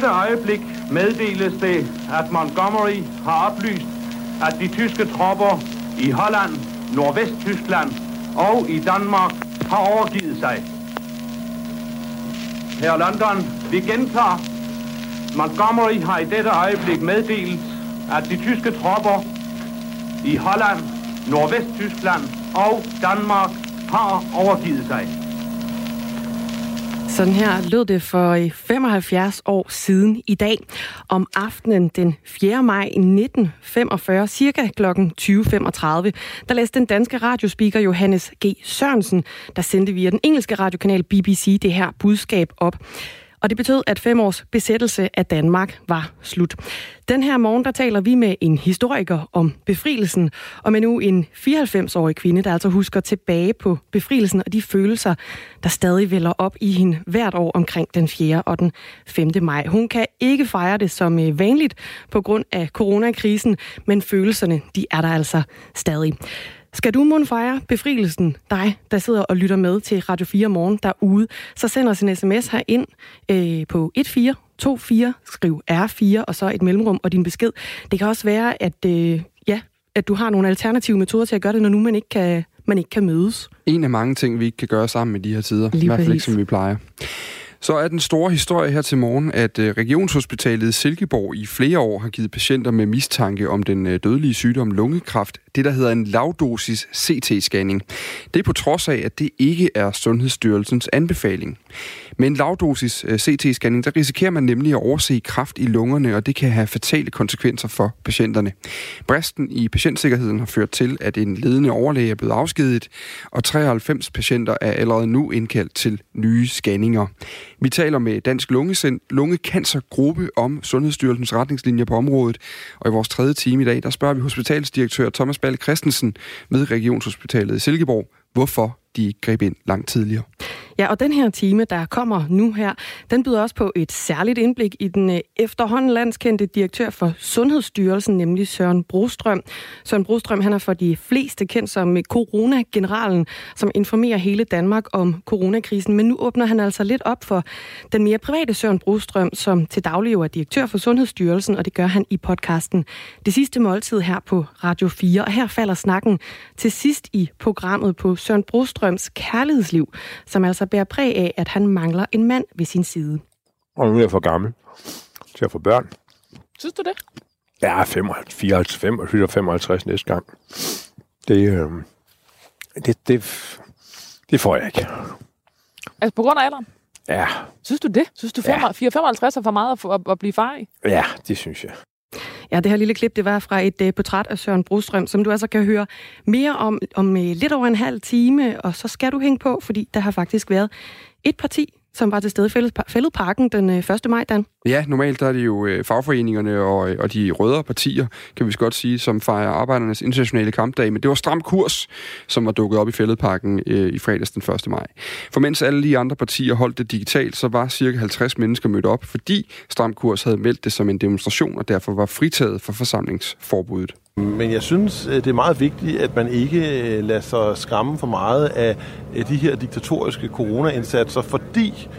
øjeblik meddeles det, at Montgomery har oplyst, at de tyske tropper i Holland, Nordvesttyskland og i Danmark har overgivet sig. Her i London, vi gentager. Montgomery har i dette øjeblik meddelt, at de tyske tropper i Holland, Nordvesttyskland og Danmark har overgivet sig. Sådan her lød det for 75 år siden i dag. Om aftenen den 4. maj 1945, cirka kl. 20.35, der læste den danske radiospeaker Johannes G. Sørensen, der sendte via den engelske radiokanal BBC det her budskab op. Og det betød, at 5 års besættelse af Danmark var slut. Den her morgen, der taler vi med en historiker om befrielsen, og med nu en 94-årig kvinde, der altså husker tilbage på befrielsen og de følelser, der stadig vælger op i hende hvert år omkring den 4. og den 5. maj. Hun kan ikke fejre det som vanligt på grund af coronakrisen, men følelserne, de er der altså stadig. Skal du måtte fejre befrielsen, dig, der sidder og lytter med til Radio 4 Morgen derude, så send os en sms her ind på 1424, skriv R4 og så et mellemrum og din besked. Det kan også være, at du har nogle alternative metoder til at gøre det, når nu man ikke kan mødes. En af mange ting, vi ikke kan gøre sammen i de her tider. I hvert fald ikke, som vi plejer. Så er den store historie her til morgen, at Regionshospitalet Silkeborg i flere år har givet patienter med mistanke om den dødelige sygdom lungekræft det, der hedder en lavdosis CT-scanning. Det er på trods af, at det ikke er Sundhedsstyrelsens anbefaling. Med en lavdosis CT-scanning, der risikerer man nemlig at overse kræft i lungerne, og det kan have fatale konsekvenser for patienterne. Bristen i patientsikkerheden har ført til, at en ledende overlæge er blevet afskediget, og 93 patienter er allerede nu indkaldt til nye scanninger. Vi taler med Dansk Lungecancergruppe om Sundhedsstyrelsens retningslinjer på området, og i vores 3. time i dag, der spørger vi hospitalsdirektør Thomas Balle Christensen ved Regionshospitalet i Silkeborg, hvorfor de ikke greb ind langt tidligere. Ja, og den her time, der kommer nu her, den byder også på et særligt indblik i den efterhånden landskendte direktør for Sundhedsstyrelsen, nemlig Søren Brostrøm. Søren Brostrøm, han er for de fleste kendt som coronageneralen, som informerer hele Danmark om coronakrisen. Men nu åbner han altså lidt op for den mere private Søren Brostrøm, som til daglig er direktør for Sundhedsstyrelsen, og det gør han i podcasten Det sidste måltid her på Radio 4. Og her falder snakken til sidst i programmet på Søren Brostrøms kærlighedsliv, som altså bærer præg af, at han mangler en mand ved sin side. Og nu er jeg for gammel til at få børn. Synes du det? Ja, 55 næste gang. Det får jeg ikke. Altså på grund af alderen? Ja. Synes du det? Synes du 55 er for meget at blive far i? Ja, det synes jeg. Ja, det her lille klip, det var fra et portræt af Søren Brostrøm, som du altså kan høre mere om lidt over en halv time, og så skal du hænge på, fordi der har faktisk været et parti, som var til stede i Fælledparken den 1. maj, Dan. Ja, normalt der er det jo fagforeningerne og de rødere partier, kan vi godt sige, som fejrer Arbejdernes Internationale Kampdag, men det var Stram Kurs, som var dukket op i Fælledparken i fredags den 1. maj. For mens alle de andre partier holdt det digitalt, så var cirka 50 mennesker mødt op, fordi Stram Kurs havde meldt det som en demonstration, og derfor var fritaget for forsamlingsforbuddet. Men jeg synes, det er meget vigtigt, at man ikke lader sig skræmme for meget af de her diktatoriske corona-indsatser, fordi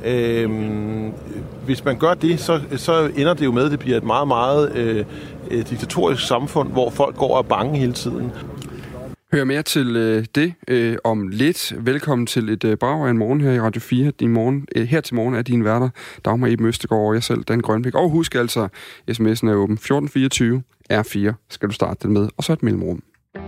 hvis man gør det, så ender det jo med, at det bliver et meget, meget diktatorisk samfund, hvor folk går og er bange hele tiden. Hør mere til det om lidt. Velkommen til et brag af en morgen her i Radio 4. Her til morgen er dine værter Dagmar Eben Østergaard og jeg selv, Dan Grønbæk. Og husk altså, sms'en er åben 1424 R4 skal du starte den med, og så et mellemrum.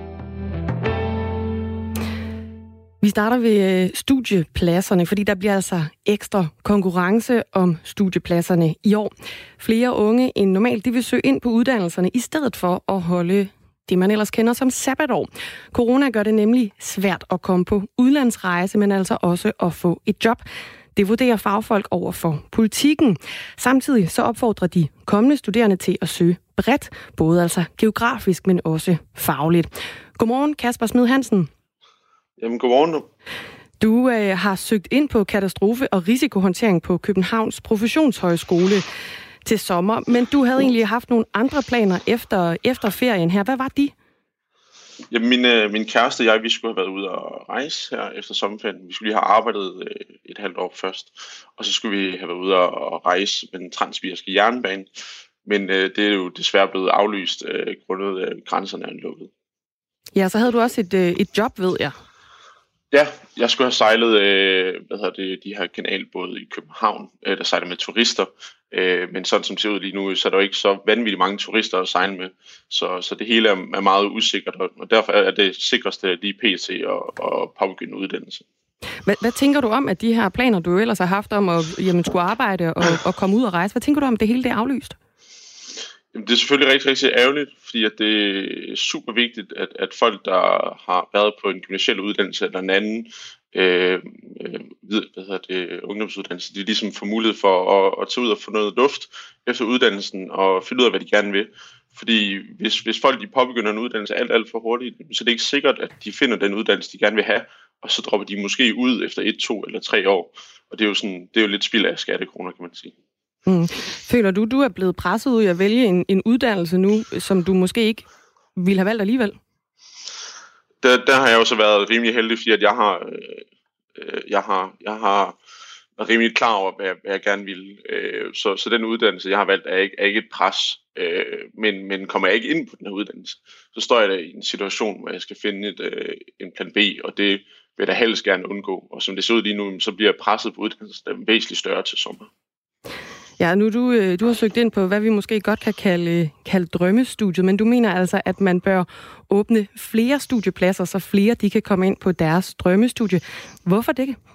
Vi starter ved studiepladserne, fordi der bliver altså ekstra konkurrence om studiepladserne i år. Flere unge end normalt, de vil søge ind på uddannelserne i stedet for at holde det, man ellers kender som sabbatår. Corona gør det nemlig svært at komme på udlandsrejse, men altså også at få et job. Det vurderer fagfolk over for Politikken. Samtidig så opfordrer de kommende studerende til at søge bredt, både altså geografisk, men også fagligt. Godmorgen, Kasper Smed Hansen. Jamen, godmorgen du. Du har søgt ind på katastrofe- og risikohåndtering på Københavns Professionshøjskole til sommer, men du havde egentlig haft nogle andre planer efter ferien her. Hvad var de? Jamen, min kæreste og jeg, vi skulle have været ude og rejse her efter sommerferien. Vi skulle lige have arbejdet et halvt år først, og så skulle vi have været ude og rejse med den transsibiriske jernbane. Men det er jo desværre blevet aflyst grundet grænserne er lukket. Ja, så havde du også et job, ved jeg. Ja, jeg skulle have sejlet de her kanalbåde i København, der sejler med turister. Men sådan som det ser ud lige nu, så er der jo ikke så vanvittigt mange turister at sejle med. Så det hele er meget usikkert, og derfor er det sikreste lige pt. at påbegynde uddannelse. Hvad tænker du om, at de her planer, du ellers har haft om at skulle arbejde og komme ud og rejse, hvad tænker du om, det hele det er aflyst? Jamen, det er selvfølgelig rigtig, rigtig ærgerligt, fordi at det er super vigtigt, at folk, der har været på en gymnasiel uddannelse eller en anden ungdomsuddannelse, de ligesom får mulighed for at tage ud og få noget luft efter uddannelsen og finde ud af, hvad de gerne vil. Fordi hvis folk de påbegynder en uddannelse alt for hurtigt, så er det ikke sikkert, at de finder den uddannelse, de gerne vil have, og så dropper de måske ud efter 1, 2 eller 3 år. Og det er jo lidt spild af skattekroner, kan man sige. Føler du er blevet presset ud i at vælge en uddannelse nu, som du måske ikke ville have valgt alligevel? Der har jeg også været rimelig heldig, fordi at jeg har været rimelig klar over, hvad jeg gerne ville. Så den uddannelse, jeg har valgt, er ikke et pres. Men kommer jeg ikke ind på den her uddannelse, så står jeg der i en situation, hvor jeg skal finde en plan B, og det vil jeg da helst gerne undgå. Og som det ser ud lige nu, så bliver presset på uddannelsen væsentligt større til sommer. Ja, nu du har søgt ind på, hvad vi måske godt kan kalde drømmestudiet, men du mener altså, at man bør åbne flere studiepladser, så flere de kan komme ind på deres drømmestudie. Hvorfor det ikke?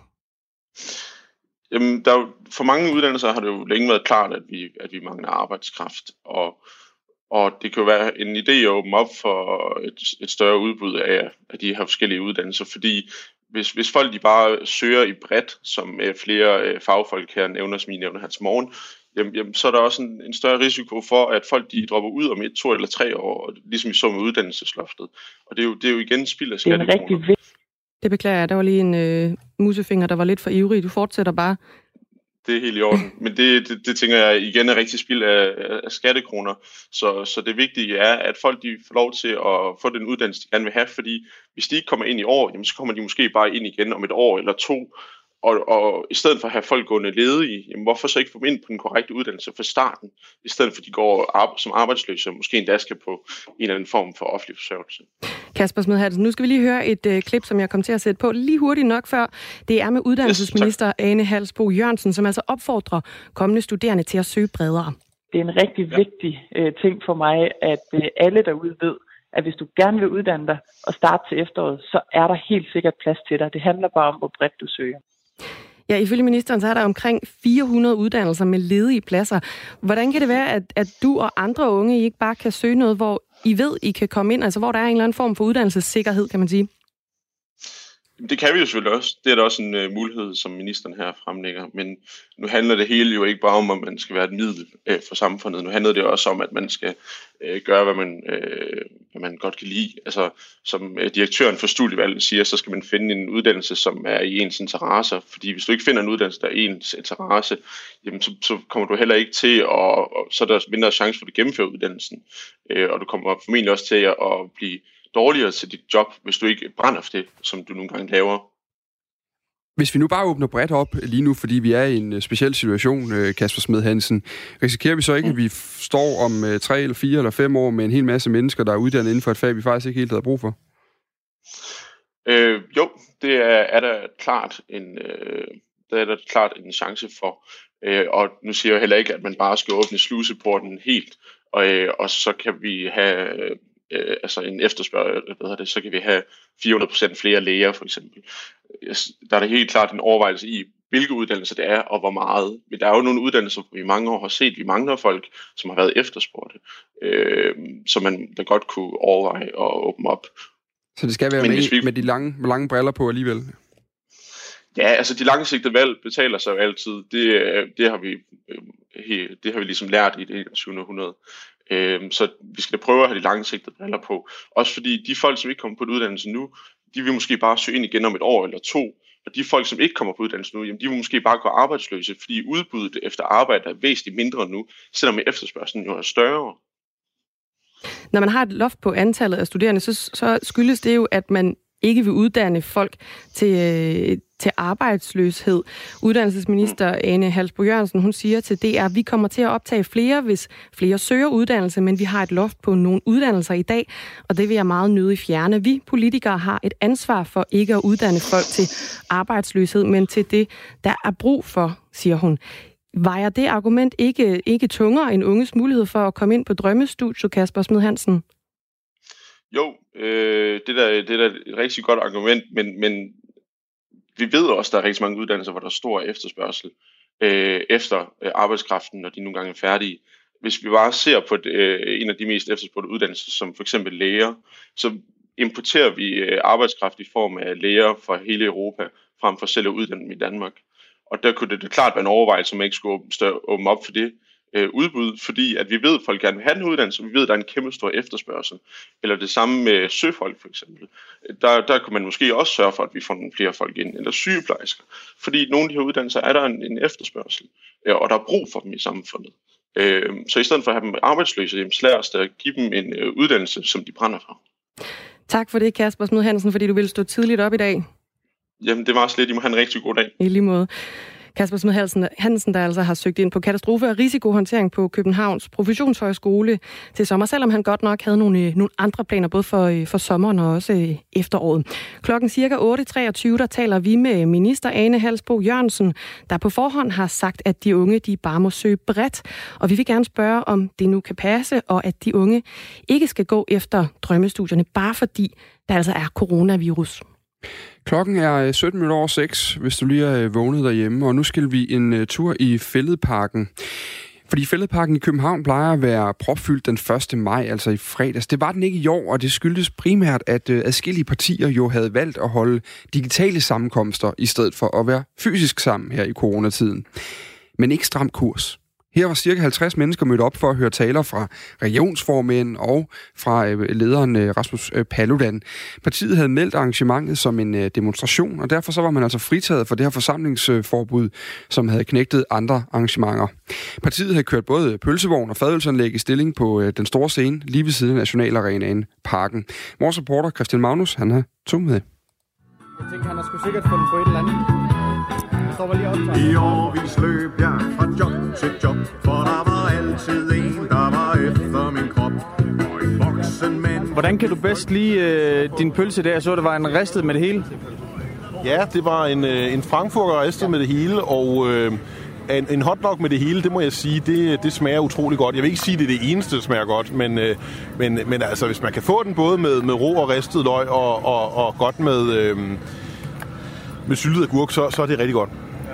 Jamen, for mange uddannelser har det jo længe været klart, at vi mangler arbejdskraft, og det kan jo være en idé at åbne op for et større udbud af de her forskellige uddannelser, fordi hvis folk de bare søger i bredt, som flere fagfolk her nævner, som I nævner Hans Morgen, jamen, så er der også en større risiko for, at folk de dropper ud om 1, 2 eller 3 år, ligesom vi så med uddannelsesloftet. Og det er jo igen spild af skattekroner. Det beklager jeg. Der var lige en musefinger, der var lidt for ivrig. Du fortsætter bare. Det er helt i orden. Men det tænker jeg igen er rigtig spild af skattekroner. Så det vigtige er, at folk de får lov til at få den uddannelse, de gerne vil have. Fordi hvis de ikke kommer ind i år, jamen, så kommer de måske bare ind igen om 1 år eller 2. Og i stedet for at have folk gående ledige, jamen, hvorfor så ikke få dem ind på den korrekte uddannelse fra starten, i stedet for at de går som arbejdsløse, og måske endda skal på en eller anden form for offentlig forsørgelse. Kasper Smed Hansen, nu skal vi lige høre et klip, som jeg kom til at sætte på lige hurtigt nok før. Det er med uddannelsesminister Ane Halsboe Jørgensen, som altså opfordrer kommende studerende til at søge bredere. Det er en rigtig vigtig ting for mig, at alle derude ved, at hvis du gerne vil uddanne dig og starte til efteråret, så er der helt sikkert plads til dig. Det handler bare om, hvor bredt du søger. Ja, ifølge ministeren, så er der omkring 400 uddannelser med ledige pladser. Hvordan kan det være, at du og andre unge ikke bare kan søge noget, hvor I ved, I kan komme ind, altså hvor der er en eller anden form for uddannelsessikkerhed, kan man sige? Det kan vi jo selvfølgelig også. Det er da også en mulighed, som ministeren her fremlægger. Men nu handler det hele jo ikke bare om, at man skal være et middel for samfundet. Nu handler det også om, at man skal gøre, hvad man godt kan lide. Altså, som direktøren for studievalget siger, så skal man finde en uddannelse, som er i ens interesser. Fordi hvis du ikke finder en uddannelse, der er ens interesse, jamen, så kommer du heller ikke til så er der mindre chance for at gennemføre uddannelsen. Og du kommer formentlig også til at blive dårligere til dit job, hvis du ikke brænder for det, som du nogle gange laver. Hvis vi nu bare åbner bredt op lige nu, fordi vi er i en speciel situation, Kasper Smed Hansen, risikerer vi så ikke, at vi står om 3 eller 4 eller 5 år med en hel masse mennesker, der er uddannet inden for et fag, vi faktisk ikke helt havde brug for? Jo, det er der klart en chance for. Og nu siger jeg heller ikke, at man bare skal åbne sluseporten helt, og så kan vi have en efterspørgsel, så kan vi have 400% flere læger for eksempel. Der er det helt klart en overvejelse i, hvilke uddannelser det er, og hvor meget. Men der er jo nogle uddannelser, hvor vi i mange år har set, vi mangler folk, som har været efterspurgte, så man da godt kunne overveje at åbne op. Så det skal være med de lange briller på alligevel? Ja, altså de langsigtede valg betaler sig jo altid. Det har vi ligesom lært i det 21. århundrede. Så vi skal da prøve at have de langsigtede briller på. Også fordi de folk, som ikke kommer på en uddannelse nu, de vil måske bare søge ind igen om 1 år eller 2. Og de folk, som ikke kommer på uddannelse nu, jamen, de vil måske bare gå arbejdsløse, fordi udbuddet efter arbejde er væsentligt mindre nu, selvom efterspørgslen jo er større. Når man har et loft på antallet af studerende, så skyldes det jo, at man ikke vil uddanne folk til arbejdsløshed. Uddannelsesminister Ane Halsboe-Jørgensen, hun siger til DR, at vi kommer til at optage flere, hvis flere søger uddannelse, men vi har et loft på nogle uddannelser i dag, og det vil jeg meget nødig fjerne. Vi politikere har et ansvar for ikke at uddanne folk til arbejdsløshed, men til det, der er brug for, siger hun. Vejer det argument ikke tungere end unges mulighed for at komme ind på drømmestudiet, Kasper Smed Hansen? Jo, det er da et rigtig godt argument, men vi ved også, at der er rigtig mange uddannelser, hvor der er stor efterspørgsel efter arbejdskraften, når de nogle gange er færdige. Hvis vi bare ser på en af de mest efterspurgte uddannelser, som for eksempel læger, så importerer vi arbejdskraft i form af læger fra hele Europa, frem for selv at uddanne dem i Danmark. Og der kunne det klart være en overvejelse, om man ikke skulle åbne op for det udbud, fordi at vi ved, at folk gerne vil have den uddannelse, vi ved, at der er en kæmpe stor efterspørgsel. Eller det samme med søfolk for eksempel. Der kan man måske også sørge for, at vi får nogle flere folk ind, eller sygeplejersker. Fordi nogle af de her uddannelser er der en efterspørgsel, og der er brug for dem i samfundet. Så i stedet for at have dem arbejdsløse, så lad os da give dem en uddannelse, som de brænder for. Tak for det, Kasper Smed Hansen, fordi du ville stå tidligt op i dag. Jamen, det var også lidt. I må have en rigtig god dag. I lige måde. Kasper Smed Hansen, der altså har søgt ind på katastrofe- og risikohåndtering på Københavns Professionshøjskole til sommer, selvom han godt nok havde nogle andre planer, både for sommeren og også efteråret. Klokken cirka 8.23, der taler vi med minister Ane Halsboe-Jørgensen, der på forhånd har sagt, at de unge de bare må søge bredt. Og vi vil gerne spørge, om det nu kan passe, og at de unge ikke skal gå efter drømmestudierne, bare fordi der altså er coronavirus. Klokken er 17:07, hvis du lige er vågnet derhjemme, og nu skal vi en tur i Fælledparken. Fordi Fælledparken i København plejer at være propfyldt den 1. maj, altså i fredags. Det var den ikke i år, og det skyldes primært, at adskillige partier jo havde valgt at holde digitale sammenkomster, i stedet for at være fysisk sammen her i coronatiden. Men ikke stram kurs. Her var cirka 50 mennesker mødt op for at høre taler fra regionsformænd og fra lederen Rasmus Paludan. Partiet havde meldt arrangementet som en demonstration, og derfor så var man altså fritaget for det her forsamlingsforbud, som havde knægtet andre arrangementer. Partiet havde kørt både pølsevogn og fadølsanlæg i stilling på den store scene lige ved siden af Nationalarenaen Parken. Vores reporter Christian Magnus, han har tog med. Jeg tænker, han har sgu sikkert fundet på et eller andet. I årvis løb jeg fra job til job, for der var altid en, der var efter min krop. Og en voksen mand. Hvordan kan du bedst lide din pølse der? Jeg så, det var en ristet med det hele. Ja, det var en frankfurter ristet med det hele, og en hotdog med det hele, det må jeg sige, det smager utrolig godt. Jeg vil ikke sige, det er det eneste, der smager godt, men altså, hvis man kan få den både med rå og ristet løg og godt med syltet agurk, så er det rigtig godt.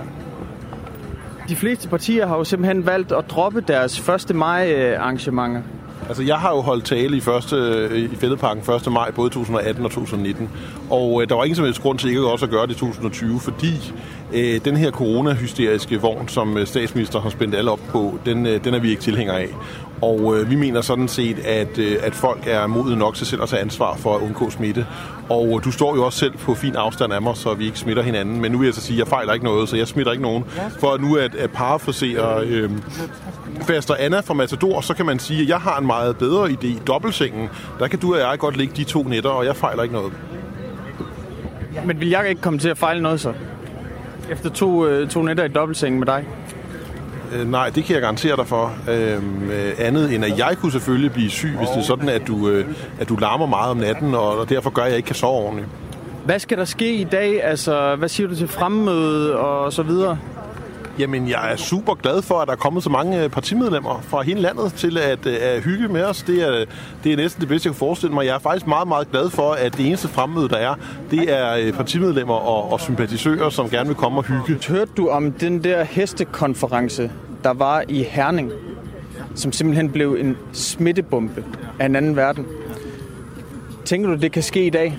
De fleste partier har jo simpelthen valgt at droppe deres 1. maj arrangementer. Altså, jeg har jo holdt tale i Fælledparken 1. maj, både 2018 og 2019. Og der var ingen som helst grund til ikke også at gøre det i 2020, fordi den her corona-hysteriske vogn, som statsministeren har spændt alle op på, den er vi ikke tilhængere af. Og vi mener sådan set, at folk er modige nok til selv at tage ansvar for at undgå smitte. Og du står jo også selv på fin afstand af mig, så vi ikke smitter hinanden. Men nu vil jeg så sige, at jeg fejler ikke noget, så jeg smitter ikke nogen. For nu at parafrasere faster Anna fra Matador, så kan man sige, at jeg har en meget bedre idé i dobbeltsengen. Der kan du og jeg godt ligge de 2 nætter, og jeg fejler ikke noget. Men vil jeg ikke komme til at fejle noget så? Efter to nætter i dobbeltsengen med dig? Nej, det kan jeg garantere dig for. Andet end at jeg kunne selvfølgelig blive syg, hvis det er sådan, at du larmer meget om natten, og derfor gør, at jeg ikke kan sove ordentligt. Hvad skal der ske i dag? Altså, hvad siger du til fremmøde og så videre? Jamen, jeg er super glad for, at der er kommet så mange partimedlemmer fra hele landet til at hygge med os. Det er næsten det bedste, jeg kan forestille mig. Jeg er faktisk meget, meget glad for, at det eneste fremmøde, der er, det er partimedlemmer og sympatisører, som gerne vil komme og hygge. Hørte du om den der hestekonference, der var i Herning, som simpelthen blev en smittebombe af en anden verden? Tænker du, det kan ske i dag?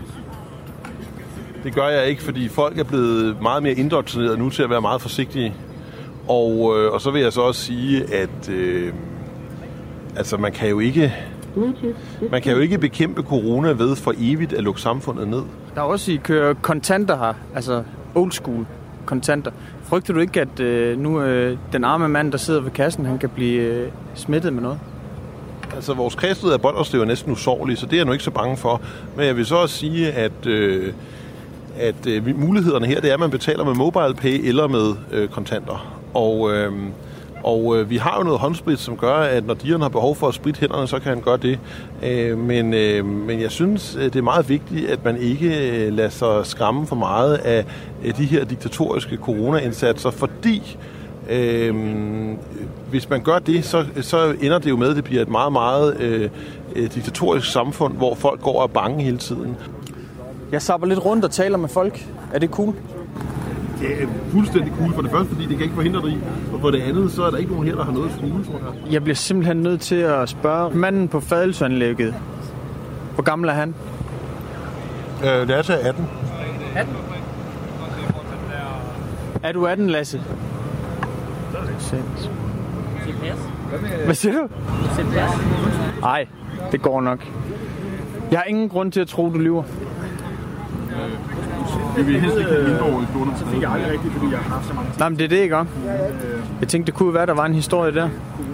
Det gør jeg ikke, fordi folk er blevet meget mere indoktrineret nu til at være meget forsigtige. Og så vil jeg så også sige, at altså man kan jo ikke bekæmpe corona ved for evigt at lukke samfundet ned. Der er også, I kører kontanter her, altså old school kontanter. Frygter du ikke, at nu den arme mand, der sidder ved kassen, han kan blive smittet med noget? Altså, vores kredsled af Bolderslev er næsten usårlig, så det er jeg nu ikke så bange for. Men jeg vil så også sige, at mulighederne her, det er, at man betaler med MobilePay eller med kontanter. Og vi har jo noget håndsprit, som gør, at når Dion har behov for at spritte hænderne, så kan han gøre det. Men jeg synes, det er meget vigtigt, at man ikke lader sig skræmme for meget af de her diktatoriske corona-indsatser, fordi hvis man gør det, så ender det jo med, at det bliver et meget, meget diktatorisk samfund, hvor folk går og er bange hele tiden. Jeg sapper lidt rundt og taler med folk. Er det cool? Det er fuldstændig cool. For det første, fordi det kan ikke forhindre dig i. Og for det andet, så er der ikke nogen her, der har noget at skjule, tror jeg. Jeg bliver simpelthen nødt til at spørge manden på fadelsanlægget. Hvor gammel er han? Det er til 18. 18? Er du 18, Lasse? Hvad siger du? Nej, det går nok. Jeg har ingen grund til at tro, du lyver. Det vil helst ikke have mindreårige stunder. Så fik jeg aldrig rigtigt, fordi jeg har haft så mange. Nej, men det er det, ikke om. Jeg tænkte, det kunne være, der var en historie der.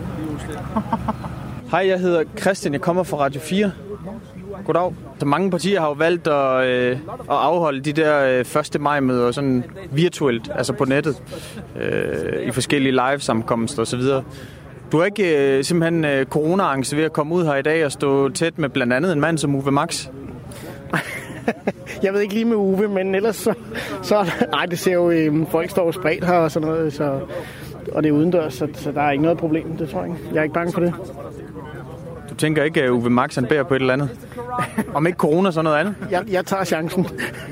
Hej, jeg hedder Christian. Jeg kommer fra Radio 4. Goddag. Så mange partier har jo valgt at afholde de der 1. maj-møder sådan virtuelt, altså på nettet, i forskellige live-sammenkomster osv. Du har ikke simpelthen corona-angst ved at komme ud her i dag og stå tæt med blandt andet en mand som Uwe Max? Jeg ved ikke lige med Uwe, men ellers så nej, det ser jo, folk står spredt her og sådan noget, så, og det er udendørs, så der er ikke noget problem, det tror jeg ikke. Jeg er ikke bange for det. Du tænker ikke, at Uwe Max han bærer på et eller andet? Om ikke corona, så noget andet? Jeg tager chancen.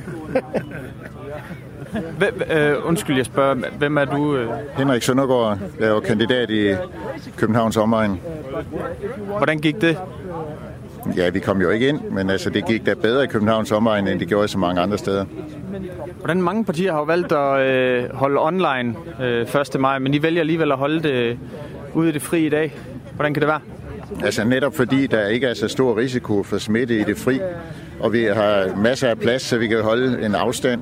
Undskyld, jeg spørger, hvem er du? Henrik Søndergaard. Jeg er jo kandidat i Københavns omegn. Hvordan gik det? Ja, vi kom jo ikke ind, men altså, det gik da bedre i Københavns omegn, end det gjorde så mange andre steder. Hvordan mange partier har jo valgt at holde online 1. maj, men de vælger alligevel at holde det ude i det fri i dag. Hvordan kan det være? Altså netop fordi der ikke er så stor risiko for smitte i det fri, og vi har masser af plads, så vi kan holde en afstand.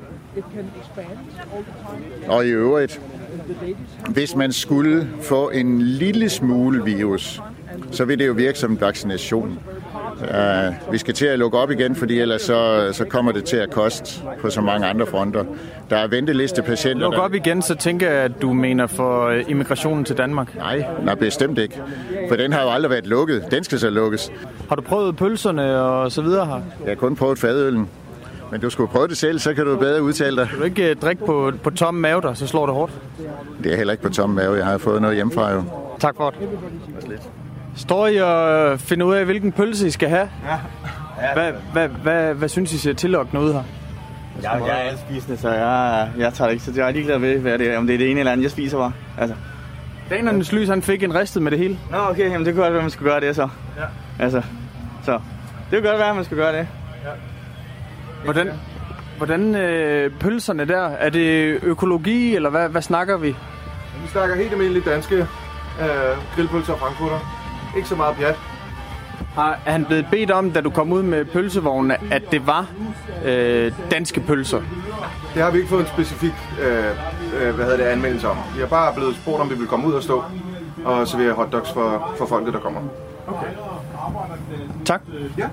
Og i øvrigt, hvis man skulle få en lille smule virus, så vil det jo virke som en vaccination. Vi skal til at lukke op igen, fordi ellers så kommer det til at koste på så mange andre fronter. Der er ventelistepatienter. Lukke op igen, så tænker jeg, at du mener for immigrationen til Danmark? Nej, bestemt ikke. For den har jo aldrig været lukket. Den skal så lukkes. Har du prøvet pølserne og så videre her? Jeg har kun prøvet fadøllen. Men du skulle prøve det selv, så kan du bedre udtale dig. Kan du ikke drikke på tom mave der, så slår det hårdt? Det er heller ikke på tom mave. Jeg har fået noget hjemmefra jo. Tak for det. Står I og finder ud af, hvilken pølse I skal have? Ja. Hvad synes I ser tillokkende ud her? Jeg er altspisende, så jeg tager det ikke. Så jeg er ligeglad ved, om det er det ene eller andet, jeg spiser bare. Altså. Danernes Lys, han fik en ristet med det hele. Nå, okay, jamen det kunne godt være, man skulle gøre det så. Ja. Altså, så det kunne godt være, man skulle gøre det. Ja. Hvordan pølserne der? Er det økologi, eller hvad snakker vi? Vi snakker helt almindelige danske grillpølser og frankfurter. Ikke så meget pjat. Er han blevet bedt om, da du kom ud med pølsevognene, at det var danske pølser? Det har vi ikke fået en specifik anmeldelse om. Vi har bare blevet spurgt, om vi vil komme ud og stå og servere hotdogs for folket, der kommer. Okay. Tak. Ja.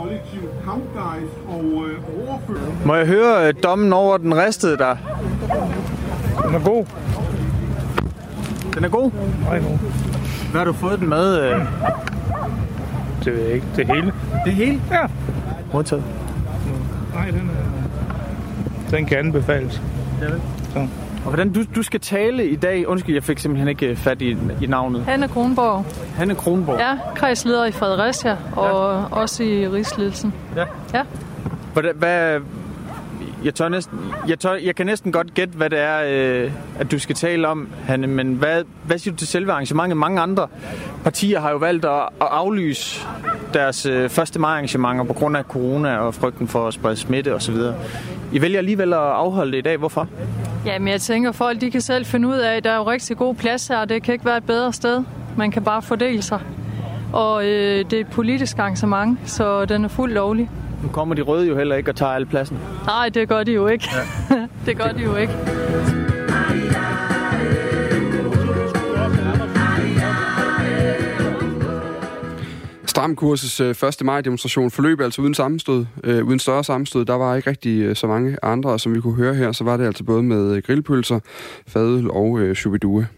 Må jeg høre dommen over den ristede der? Den er god. Den er god? Nej, god. Hvad har du fået den med? Det ved jeg ikke. Det hele. Det hele? Ja. Modtaget. Nej, den kan anbefales. Ja, så. Og hvordan du skal tale i dag? Undskyld, jeg fik simpelthen ikke fat i navnet. Hanne Kronborg. Hanne Kronborg? Ja, kredsleder i Fredericia og også i Rigsledelsen. Ja. Hvad jeg kan næsten godt gætte, hvad det er, at du skal tale om, Hanne, men hvad siger du til selve arrangementet? Mange andre partier har jo valgt at aflyse deres 1. maj-arrangementer på grund af corona og frygten for at sprede smitte osv. I vælger alligevel at afholde det i dag. Hvorfor? Jamen, jeg tænker, folk de kan selv finde ud af, at der er jo rigtig god plads her, og det kan ikke være et bedre sted. Man kan bare fordele sig. Og det er et politisk arrangement, så den er fuldt lovlig. Nu kommer de røde jo heller ikke og tager alle pladsen. Nej, det gør de jo ikke. Ja. Det gør de jo ikke. Stram Kurs' 1. maj-demonstration forløb altså uden større sammenstød. Der var ikke rigtig så mange andre, og som vi kunne høre her, så var det altså både med grillpølser, fadøl og shubidua.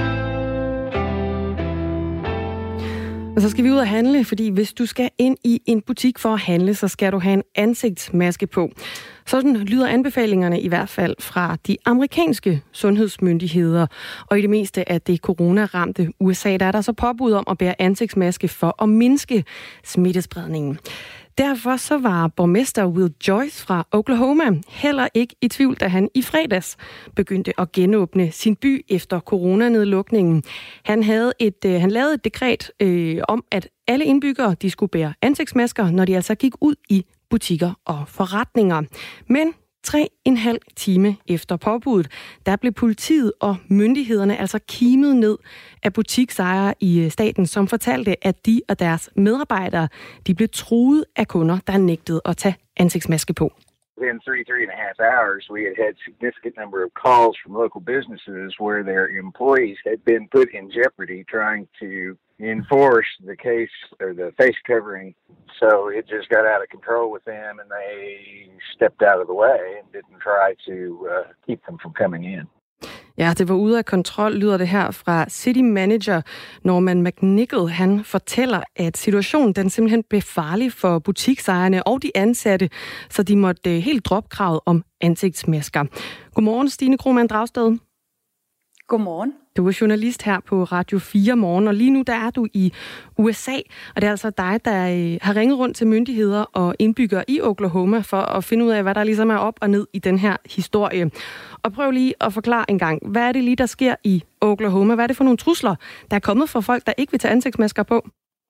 Og så skal vi ud og handle, fordi hvis du skal ind i en butik for at handle, så skal du have en ansigtsmaske på. Sådan lyder anbefalingerne i hvert fald fra de amerikanske sundhedsmyndigheder. Og i det meste af det coronaramte USA, der er der så påbud om at bære ansigtsmaske for at mindske smittespredningen. Derfor så var borgmester Will Joyce fra Oklahoma heller ikke i tvivl, da han i fredags begyndte at genåbne sin by efter coronanedlukningen. Han lavede et dekret om, at alle indbyggere de skulle bære ansigtsmasker, når de altså gik ud i butikker og forretninger. Men 3,5 time efter påbuddet, der blev politiet og myndighederne altså kimet ned af butiksejere i staten, som fortalte, at de og deres medarbejdere, de blev truet af kunder, der nægtede at tage ansigtsmaske på. Within 3.5 hours, we had significant number of calls from local businesses where their employees had been put in jeopardy trying to enforce the case or the face covering. So it just got out of control with them, and they stepped out of the way and didn't try to keep them from coming in. Ja, det var ude af kontrol, lyder det her fra City Manager Norman McNichol. Han fortæller, at situationen den simpelthen blev farlig for butiksejerne og de ansatte, så de måtte helt droppe kravet om ansigtsmasker. Godmorgen, Stine Krohmann Dragsted. Godmorgen. Du er journalist her på Radio 4 Morgen, og lige nu der er du i USA, og det er altså dig, der har ringet rundt til myndigheder og indbyggere i Oklahoma for at finde ud af, hvad der ligesom er op og ned i den her historie. Og prøv lige at forklare en gang, hvad er det lige, der sker i Oklahoma? Hvad er det for nogle trusler, der er kommet fra folk, der ikke vil tage ansigtsmasker på?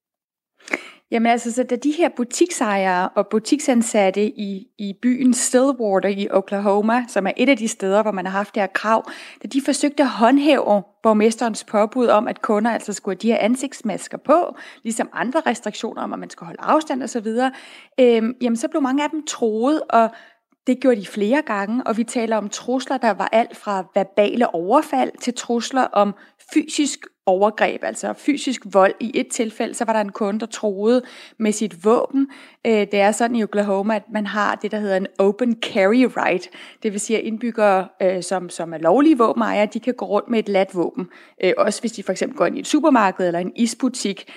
Jamen altså, så da de her butiksejere og butiksansatte i byen Stillwater i Oklahoma, som er et af de steder, hvor man har haft det her krav, da de forsøgte at håndhæve borgmesterens påbud om, at kunder altså skulle have de her ansigtsmasker på, ligesom andre restriktioner om, at man skal holde afstand osv., jamen så blev mange af dem truet, og det gjorde de flere gange, og vi taler om trusler, der var alt fra verbale overfald til trusler om fysisk overgreb, altså fysisk vold. I et tilfælde, så var der en kunde, der truede med sit våben. Det er sådan i Oklahoma, at man har det, der hedder en open carry right. Det vil sige, at indbyggere, som er lovlige våbenejere, de kan gå rundt med et ladt våben. Også hvis de for eksempel går ind i et supermarked eller en isbutik.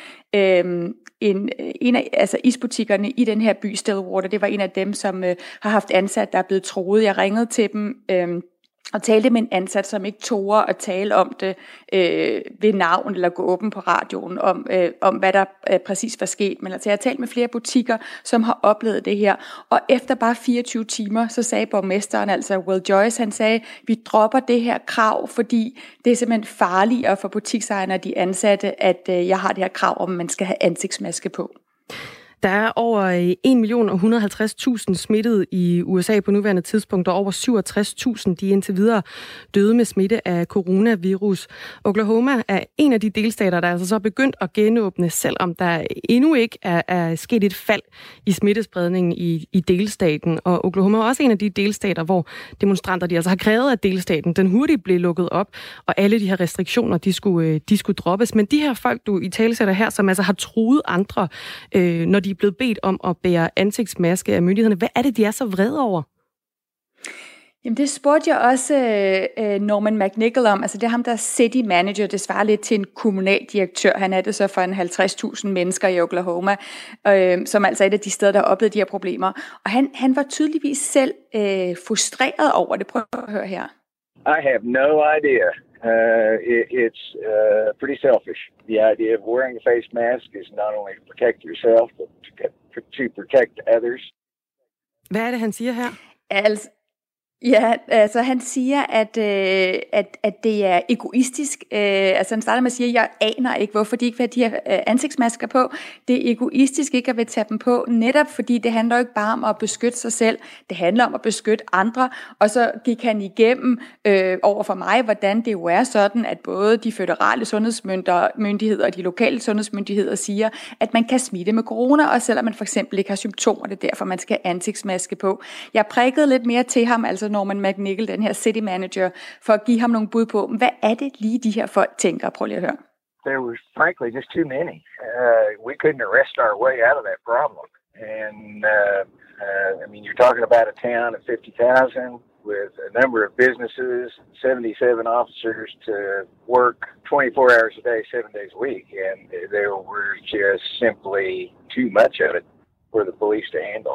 En af isbutikkerne i den her by, Stillwater, det var en af dem, som har haft ansat, der er blevet truet. Jeg ringede til dem og talte med en ansat, som ikke turde at tale om det ved navn eller gå åben på radioen om hvad der præcis var sket. Men altså, jeg har talt med flere butikker, som har oplevet det her. Og efter bare 24 timer, så sagde borgmesteren, altså Will Joyce, han sagde, vi dropper det her krav, fordi det er simpelthen farligere for butiksejerne og de ansatte, at jeg har det her krav om, at man skal have ansigtsmaske på. Der er over 1.150.000 smittede i USA på nuværende tidspunkt, og over 67.000 de indtil videre døde med smitte af coronavirus. Oklahoma er en af de delstater, der altså så er begyndt at genåbne, selvom der endnu ikke er sket et fald i smittespredningen i delstaten. Og Oklahoma er også en af de delstater, hvor demonstranter de altså har krævet, at delstaten den hurtigt blev lukket op, og alle de her restriktioner de skulle droppes. Men de her folk, du italesætter her, som altså har truet andre, når de er blevet bedt om at bære ansigtsmaske af myndighederne. Hvad er det, de er så vrede over? Jamen det spurgte jeg også Norman McNichol om. Altså det er ham, der er city manager. Det svarer lidt til en kommunaldirektør. Han er det så for en 50.000 mennesker i Oklahoma, som altså er et af de steder, der har oplevet de her problemer. Og han var tydeligvis selv frustreret over det. Prøv at høre her. I have no idea. It's pretty selfish. The idea of wearing a face mask is not only to protect yourself, but to protect others. Hvad er det, han siger her? Altså han siger, at det er egoistisk. Altså han starter med at sige, at jeg aner ikke, hvorfor de ikke vil have de her ansigtsmasker på. Det er egoistisk ikke at vil tage dem på, netop fordi det handler jo ikke bare om at beskytte sig selv. Det handler om at beskytte andre. Og så gik han igennem over for mig, hvordan det jo er sådan, at både de føderale sundhedsmyndigheder og de lokale sundhedsmyndigheder siger, at man kan smitte med corona, og selvom man for eksempel ikke har symptomer, det er derfor, man skal have ansigtsmaske på. Jeg prikkede lidt mere til ham, altså Norman McNichol, den her city manager, for at give ham nogle bud på, hvad er det lige de her folk tænker? Prøv lige at høre. there was frankly just too many. We couldn't arrest our way out of that problem. And, I mean, you're talking about a town of 50,000 with a number of businesses, 77 officers to work 24 hours a day, 7 days a week. And there were just simply too much of it for the police to handle.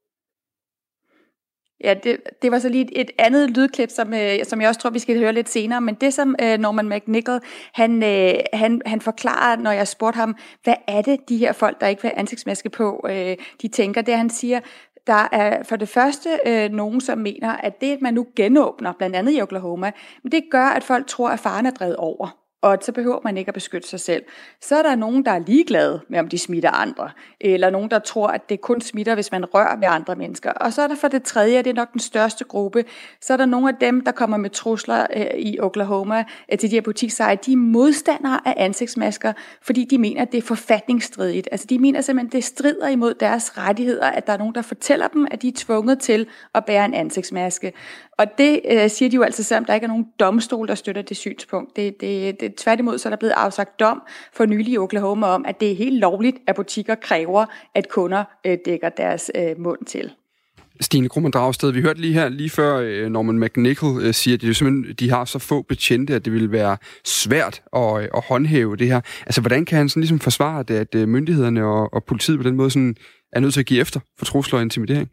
Ja, det var så lige et andet lydklip, som jeg også tror, vi skal høre lidt senere. Men det, som Norman McNichol, han forklarer, når jeg spurgte ham, hvad er det, de her folk, der ikke vil have ansigtsmaske på, de tænker, det han siger, der er for det første nogen, som mener, at det, at man nu genåbner, blandt andet i Oklahoma, det gør, at folk tror, at faren er drevet over. Og så behøver man ikke at beskytte sig selv. Så er der nogen, der er ligeglade med, om de smitter andre. Eller nogen, der tror, at det kun smitter, hvis man rører ved andre mennesker. Og så er der for det tredje, det er nok den største gruppe, så er der nogle af dem, der kommer med trusler i Oklahoma til de her butiksejere. De er modstandere af ansigtsmasker, fordi de mener, at det er forfatningsstridigt. Altså de mener simpelthen, at det strider imod deres rettigheder, at der er nogen, der fortæller dem, at de er tvunget til at bære en ansigtsmaske. Og det siger de jo altså, selvom der ikke er nogen domstol, der støtter det synspunkt. Tværtimod så er der blevet afsagt dom for nylig i Oklahoma om, at det er helt lovligt, at butikker kræver, at kunder dækker deres mund til. Stine Krohmann Dragsted, vi hørte lige før Norman McNichol siger, at det er simpelthen, de har så få betjente, at det vil være svært at håndhæve det her. Altså, hvordan kan han sådan ligesom forsvare det, at myndighederne og politiet på den måde sådan er nødt til at give efter for trusler og intimidering?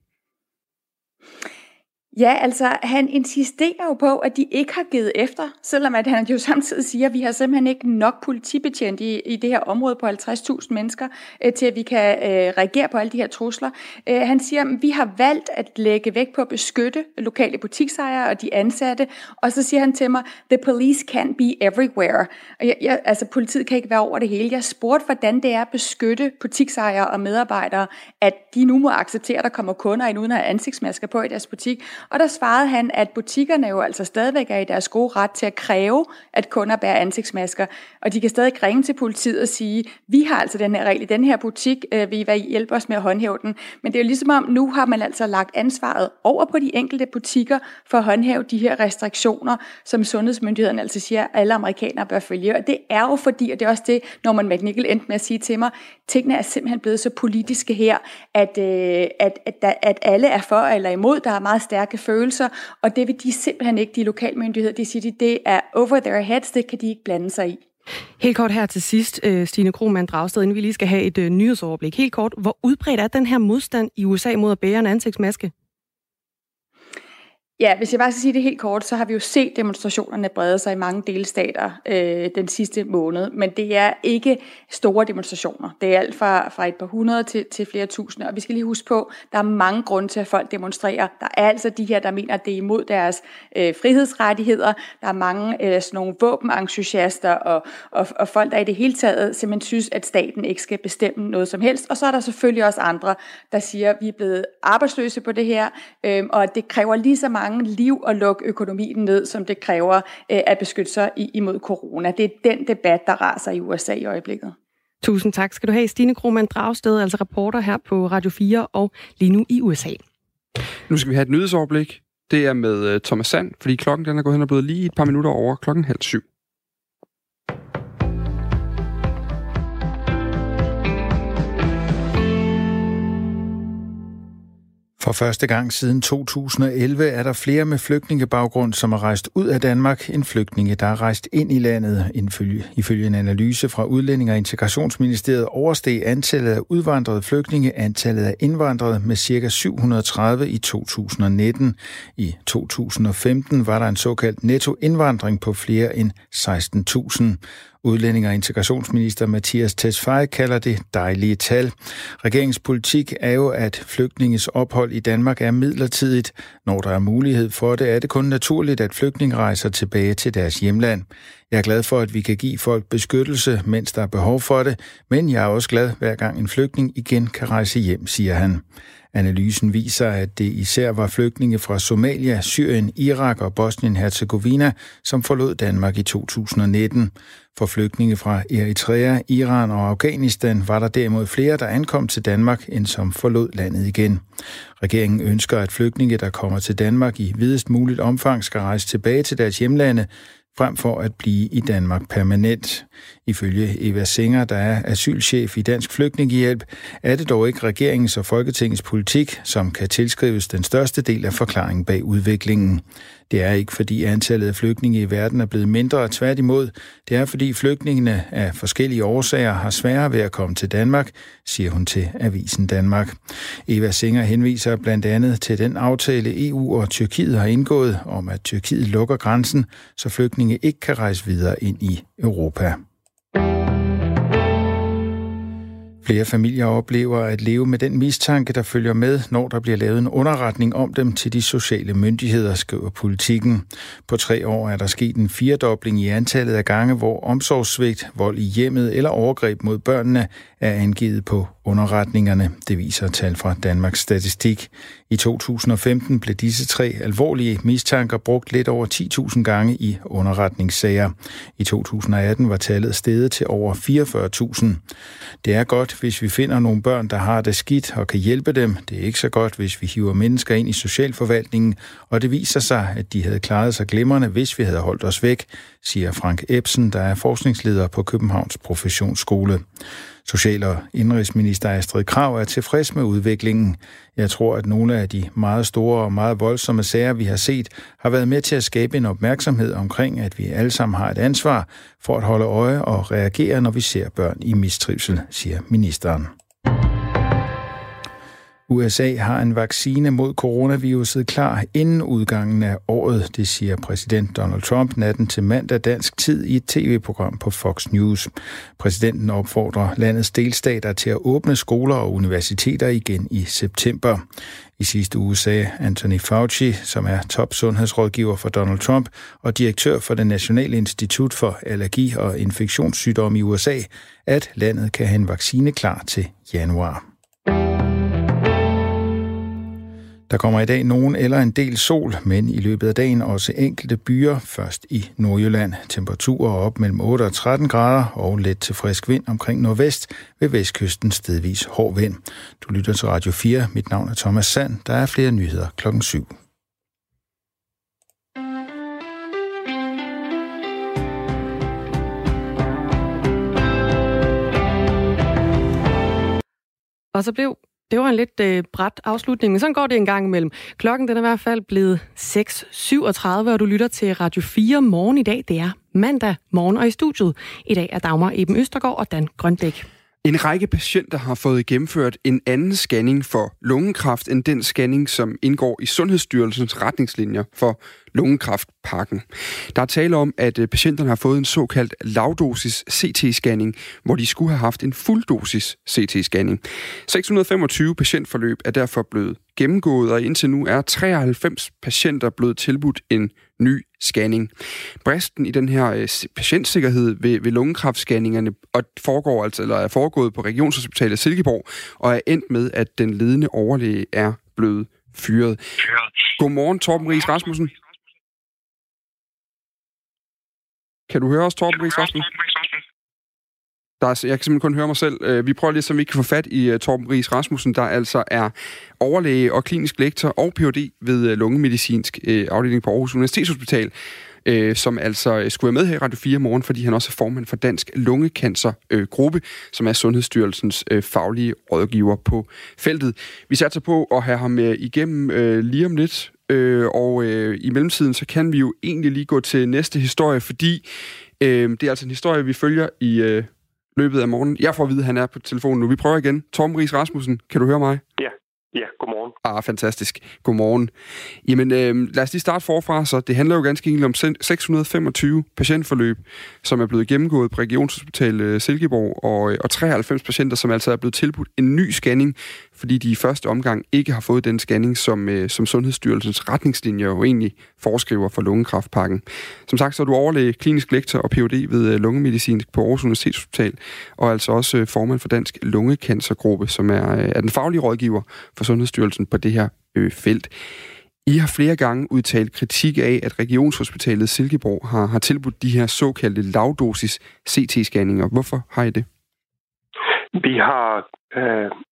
Ja, altså han insisterer jo på, at de ikke har givet efter, selvom at han jo samtidig siger, at vi har simpelthen ikke nok politibetjente i det her område på 50.000 mennesker, til at vi kan reagere på alle de her trusler. Han siger, at vi har valgt at lægge vægt på at beskytte lokale butiksejere og de ansatte, og så siger han til mig, the police can't be everywhere. Og altså politiet kan ikke være over det hele. Jeg spurgte, hvordan det er at beskytte butiksejere og medarbejdere, at de nu må acceptere, at der kommer kunder ind uden at have ansigtsmasker på i deres butik. Og der svarede han, at butikkerne jo altså stadigvæk er i deres gode ret til at kræve, at kunder bærer ansigtsmasker. Og de kan stadig ringe til politiet og sige, vi har altså den her regel i den her butik, vil I hjælpe os med at håndhæve den. Men det er jo ligesom om, nu har man altså lagt ansvaret over på de enkelte butikker for at håndhæve de her restriktioner, som sundhedsmyndighederne altså siger, at alle amerikanere bør følge. Og det er jo fordi, og det er også det, Norman McNichol endte med at sige til mig, tingene er simpelthen blevet så politiske her, at alle er for eller imod, der er meget stærke følelser, og det vil de simpelthen ikke, de lokalmyndigheder, de siger, det er over their heads, det kan de ikke blande sig i. Helt kort her til sidst, Stine Krohmann Dragsted, inden vi lige skal have et nyhedsoverblik. Helt kort, hvor udbredt er den her modstand i USA mod at bære en ansigtsmaske? Ja, hvis jeg bare skal sige det helt kort, så har vi jo set demonstrationerne brede sig i mange delstater den sidste måned, men det er ikke store demonstrationer. Det er alt fra et par hundrede til flere tusinde, og vi skal lige huske på, der er mange grunde til, at folk demonstrerer. Der er altså de her, der mener, at det er imod deres frihedsrettigheder. Der er mange sådan nogle våbenentusiaster og folk, der i det hele taget simpelthen synes, at staten ikke skal bestemme noget som helst. Og så er der selvfølgelig også andre, der siger, at vi er blevet arbejdsløse på det her, og det kræver lige så mange liv og lukke økonomien ned, som det kræver at beskytte sig imod corona. Det er den debat, der raser i USA i øjeblikket. Tusind tak skal du have, Stine Krohmann Dragsted, altså reporter her på Radio 4 og lige nu i USA. Nu skal vi have et nyhedsoverblik. Det er med Thomas Sand, fordi klokken den er gået hen og blevet lige et par minutter over 6:30. For første gang siden 2011 er der flere med flygtningebaggrund, som er rejst ud af Danmark, end flygtninge, der er rejst ind i landet. Ifølge en analyse fra Udlændinge- og Integrationsministeriet oversteg antallet af udvandrede flygtninge antallet af indvandrede med ca. 730 i 2019. I 2015 var der en såkaldt nettoindvandring på flere end 16.000. Udlændinge- og integrationsminister Mattias Tesfaye kalder det dejlige tal. Regeringens politik er jo, at flygtninges ophold i Danmark er midlertidigt. Når der er mulighed for det, er det kun naturligt, at flygtninge rejser tilbage til deres hjemland. Jeg er glad for, at vi kan give folk beskyttelse, mens der er behov for det, men jeg er også glad, hver gang en flygtning igen kan rejse hjem, siger han. Analysen viser, at det især var flygtninge fra Somalia, Syrien, Irak og Bosnien-Herzegovina, som forlod Danmark i 2019. For flygtninge fra Eritrea, Iran og Afghanistan var der derimod flere, der ankom til Danmark, end som forlod landet igen. Regeringen ønsker, at flygtninge, der kommer til Danmark i videst muligt omfang, skal rejse tilbage til deres hjemlande. frem for at blive i Danmark permanent. Ifølge Eva Singer, der er asylchef i Dansk Flygtningehjælp, er det dog ikke regeringens og Folketingets politik, som kan tilskrives den største del af forklaringen bag udviklingen. Det er ikke, fordi antallet af flygtninge i verden er blevet mindre, tværtimod. Det er, fordi flygtningene af forskellige årsager har sværere ved at komme til Danmark, siger hun til Avisen Danmark. Eva Singer henviser blandt andet til den aftale, EU og Tyrkiet har indgået om, at Tyrkiet lukker grænsen, så flygtninge ikke kan rejse videre ind i Europa. Flere familier oplever at leve med den mistanke, der følger med, når der bliver lavet en underretning om dem til de sociale myndigheder, skriver Politikken. På 3 år er der sket en 4-dobling i antallet af gange, hvor omsorgssvigt, vold i hjemmet eller overgreb mod børnene er angivet på underretningerne. Det viser tal fra Danmarks Statistik. I 2015 blev disse 3 alvorlige mistanker brugt lidt over 10.000 gange i underretningssager. I 2018 var tallet steget til over 44.000. Det er godt, hvis vi finder nogle børn, der har det skidt og kan hjælpe dem. Det er ikke så godt, hvis vi hiver mennesker ind i socialforvaltningen, og det viser sig, at de havde klaret sig glimrende, hvis vi havde holdt os væk, siger Frank Ebsen, der er forskningsleder på Københavns Professionsskole. Social- og indrigsminister Astrid Krag er tilfreds med udviklingen. Jeg tror, at nogle af de meget store og meget voldsomme sager, vi har set, har været med til at skabe en opmærksomhed omkring, at vi alle sammen har et ansvar for at holde øje og reagere, når vi ser børn i mistrivsel, siger ministeren. USA har en vaccine mod coronaviruset klar inden udgangen af året, det siger præsident Donald Trump natten til mandag dansk tid i et tv-program på Fox News. Præsidenten opfordrer landets delstater til at åbne skoler og universiteter igen i september. I sidste uge sagde Anthony Fauci, som er topsundhedsrådgiver for Donald Trump og direktør for det Nationale Institut for Allergi- og Infektionssygdomme i USA, at landet kan have en vaccine klar til januar. Der kommer i dag nogen eller en del sol, men i løbet af dagen også enkelte byer, først i Nordjylland. Temperaturer op mellem 8 og 13 grader og let til frisk vind omkring nordvest, ved vestkysten stedvis hård vind. Du lytter til Radio 4. Mit navn er Thomas Sand. Der er flere nyheder klokken 7. Og så blev det var en lidt brat afslutning, men sådan går det en gang imellem. Klokken den er i hvert fald blevet 6:37, og du lytter til Radio 4 morgen i dag. Det er mandag morgen, og i studiet i dag er Dagmar Eben Østergaard og Dan Grønbæk. En række patienter har fået gennemført en anden scanning for lungekræft end den scanning, som indgår i Sundhedsstyrelsens retningslinjer for lungekræftpakken. Der er tale om, at patienterne har fået en såkaldt lavdosis CT-scanning, hvor de skulle have haft en fulddosis CT-scanning. 625 patientforløb er derfor blevet gennemgået, og indtil nu er 93 patienter blevet tilbudt en ny scanning. Bristen i den her patientsikkerhed ved lungekræftscanningerne er foregået på Regionshospitalet Silkeborg, og er endt med, at den ledende overlæge er blevet fyret. Godmorgen, Torben Riis Rasmussen. Kan du høre os, Torben Riis Rasmussen? Jeg kan simpelthen kun høre mig selv. Vi prøver lige, så vi kan få fat i Torben Riis Rasmussen, der altså er overlæge og klinisk lektor og Ph.D. ved lungemedicinsk afdeling på Aarhus Universitetshospital, som altså skulle være med her i Radio 4 morgen, fordi han også er formand for Dansk Lungecancergruppe, som er Sundhedsstyrelsens faglige rådgiver på feltet. Vi satser på at have ham igennem lige om lidt, og i mellemtiden så kan vi jo egentlig lige gå til næste historie, fordi det er altså en historie, vi følger i løbet af morgenen. Jeg får at vide, at han er på telefonen nu. Vi prøver igen. Torben Riis Rasmussen, kan du høre mig? Ja, godmorgen. Fantastisk. Godmorgen. Jamen, lad os lige starte forfra. Så det handler jo ganske enkelt om 625 patientforløb, som er blevet gennemgået på Regionshospitalet Silkeborg, og 93 patienter, som altså er blevet tilbudt en ny scanning, fordi de i første omgang ikke har fået den scanning, som Sundhedsstyrelsens retningslinjer jo egentlig foreskriver for lungekræftpakken. Som sagt, så er du overlæge, klinisk lektor og Ph.D. ved lungemedicinsk på Aarhus Universitetshospital, og altså også formand for Dansk Lungecancergruppe, som er den faglige rådgiver for Sundhedsstyrelsen på det her felt. I har flere gange udtalt kritik af, at Regionshospitalet Silkeborg har tilbudt de her såkaldte lavdosis CT-scanninger. Hvorfor har I det? Vi har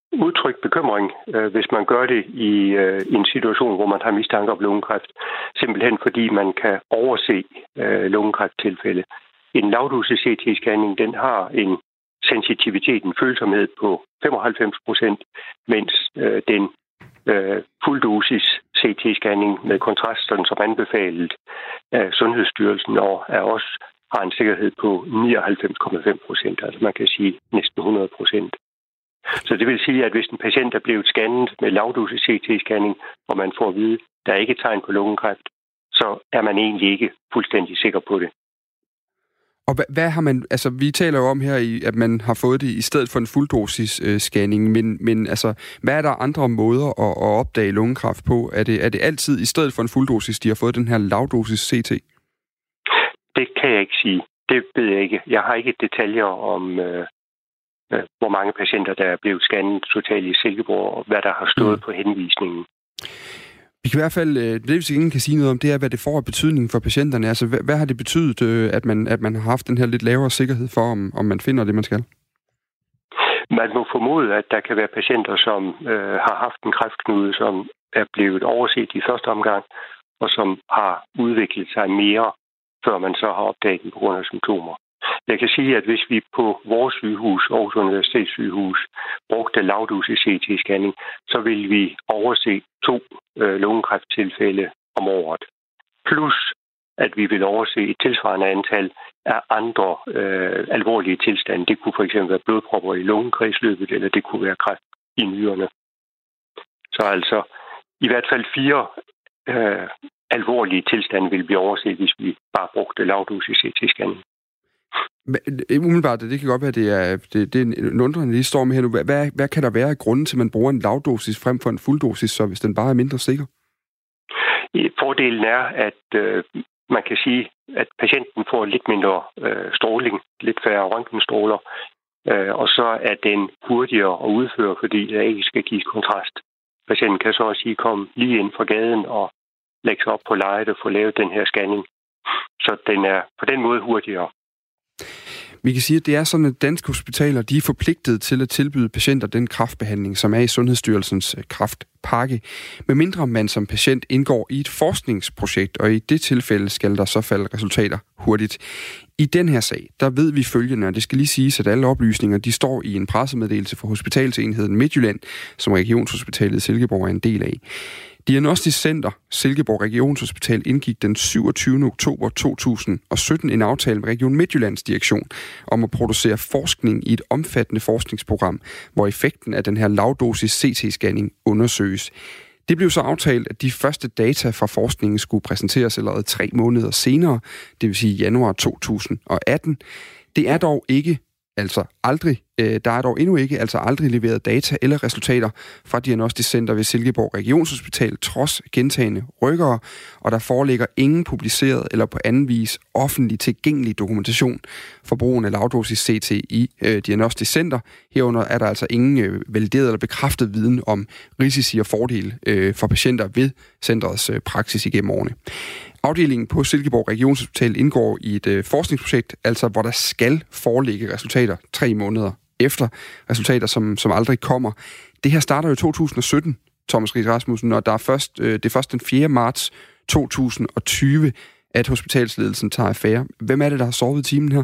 udtrykt bekymring, hvis man gør det i en situation, hvor man har mistanke om lungekræft. Simpelthen fordi man kan overse lungekræfttilfælde. En lavdosis CT-scanning, den har en sensitivitet, en følsomhed på 95%, mens den fulddosis CT-scanning med kontrast, sådan som anbefalet af Sundhedsstyrelsen, og er også har en sikkerhed på 99,5%, altså man kan sige næsten 100%. Så det vil sige, at hvis en patient er blevet scannet med lavdosis CT-scanning, og man får at vide, at der er ikke tegn på lungekræft, så er man egentlig ikke fuldstændig sikker på det. Og hvad har man, altså vi taler jo om her, at man har fået det i stedet for en fulddosis-scanning, men altså, hvad er der andre måder at opdage lungekræft på? Er det altid i stedet for en fulddosis, de har fået den her lavdosis CT? Det kan jeg ikke sige. Det ved jeg ikke. Jeg har ikke detaljer om, hvor mange patienter, der er blevet scannet totalt i Silkeborg, og hvad der har stået på henvisningen. Vi kan i hvert fald, det hvis ingen kan sige noget om, det er, hvad det får af betydning for patienterne. Altså, hvad har det betydet, at man har haft den her lidt lavere sikkerhed for, om man finder det, man skal? Man må formode, at der kan være patienter, som har haft en kræftknude, som er blevet overset i første omgang, og som har udviklet sig mere, før man så har opdaget den på grund af symptomer. Jeg kan sige, at hvis vi på vores sygehus, Aarhus Universitetssygehus, brugte lavdosis CT-scanning, så ville vi overse 2 lungekræfttilfælde om året. Plus, at vi vil overse et tilsvarende antal af andre alvorlige tilstande. Det kunne for eksempel være blodpropper i lungekredsløbet, eller det kunne være kræft i nyrerne. Så altså i hvert fald 4 alvorlige tilstande vil blive overset, hvis vi bare brugte lavdosis CT-scanning. Umiddelbart, det kan godt være, det er en undrende lige står med her nu. Hvad kan der være af grunden til, at man bruger en lavdosis frem for en fulddosis, så hvis den bare er mindre sikker? Fordelen er, at man kan sige, at patienten får lidt mindre stråling, lidt færre røntgenstråler, og så er den hurtigere at udføre, fordi der ikke skal gives kontrast. Patienten kan så også komme lige ind fra gaden og lægge sig op på lejet og få lavet den her scanning. Så den er på den måde hurtigere. Vi kan sige, at det er sådan, at danske hospitaler de er forpligtet til at tilbyde patienter den kræftbehandling, som er i Sundhedsstyrelsens kræftpakke, medmindre man som patient indgår i et forskningsprojekt, og i det tilfælde skal der så falde resultater hurtigt. I den her sag, der ved vi følgende, og det skal lige siges, at alle oplysninger de står i en pressemeddelelse fra Hospitalsenheden Midtjylland, som Regionshospitalet Silkeborg er en del af. Diagnostisk Center Silkeborg Regionshospital indgik den 27. oktober 2017 en aftale med Region Midtjyllands direktion om at producere forskning i et omfattende forskningsprogram, hvor effekten af den her lavdosis CT-scanning undersøges. Det blev så aftalt, at de første data fra forskningen skulle præsenteres allerede 3 måneder senere, det vil sige januar 2018. Det er dog ikke der er dog endnu ikke aldrig leveret data eller resultater fra Diagnostisk Center ved Silkeborg Regionshospital, trods gentagne rykkere, og der foreligger ingen publiceret eller på anden vis offentlig tilgængelig dokumentation for brugen af lavdosis CT i Diagnostisk Center. Herunder er der altså ingen valideret eller bekræftet viden om risici og fordele for patienter ved centrets praksis igennem årene. Afdelingen på Silkeborg Regionshospital indgår i et forskningsprojekt, altså hvor der skal foreligge resultater 3 måneder efter, resultater som aldrig kommer. Det her starter jo i 2017, Thomas Riis Rasmussen, og det er først den 4. marts 2020, at hospitalsledelsen tager affære. Hvem er det, der har sovet i timen her?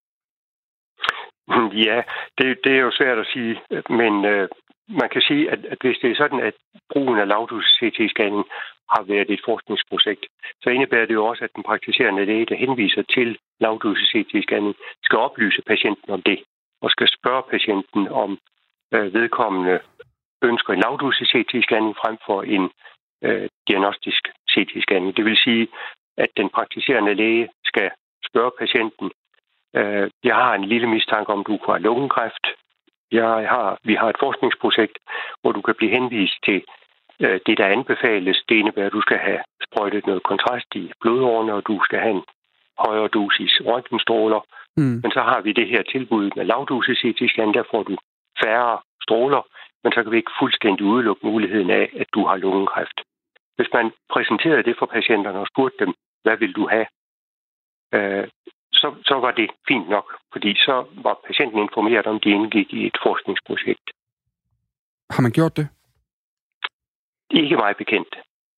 Ja, det er jo svært at sige, men man kan sige, at hvis det er sådan, at brugen af lavdosis CT-scanning har været et forskningsprojekt, så indebærer det jo også, at den praktiserende læge, der henviser til lavdosis CT-scanning, skal oplyse patienten om det, og skal spørge patienten om vedkommende ønsker en lavdosis CT-scanning frem for en diagnostisk CT-scanning. Det vil sige, at den praktiserende læge skal spørge patienten, jeg har en lille mistanke om, du kan have lungekræft. Vi har et forskningsprojekt, hvor du kan blive henvist til det, der anbefales. Det indebærer, at du skal have sprøjtet noget kontrast i blodårene, og du skal have en højere dosis røntgenstråler. Men så har vi det her tilbud med lavdosis CT-scan, der får du færre stråler, men så kan vi ikke fuldstændig udelukke muligheden af, at du har lungekræft. Hvis man præsenterede det for patienterne og spurgte dem, hvad vil du have, så var det fint nok, fordi så var patienten informeret om, de indgik i et forskningsprojekt. Har man gjort det? Ikke meget bekendt.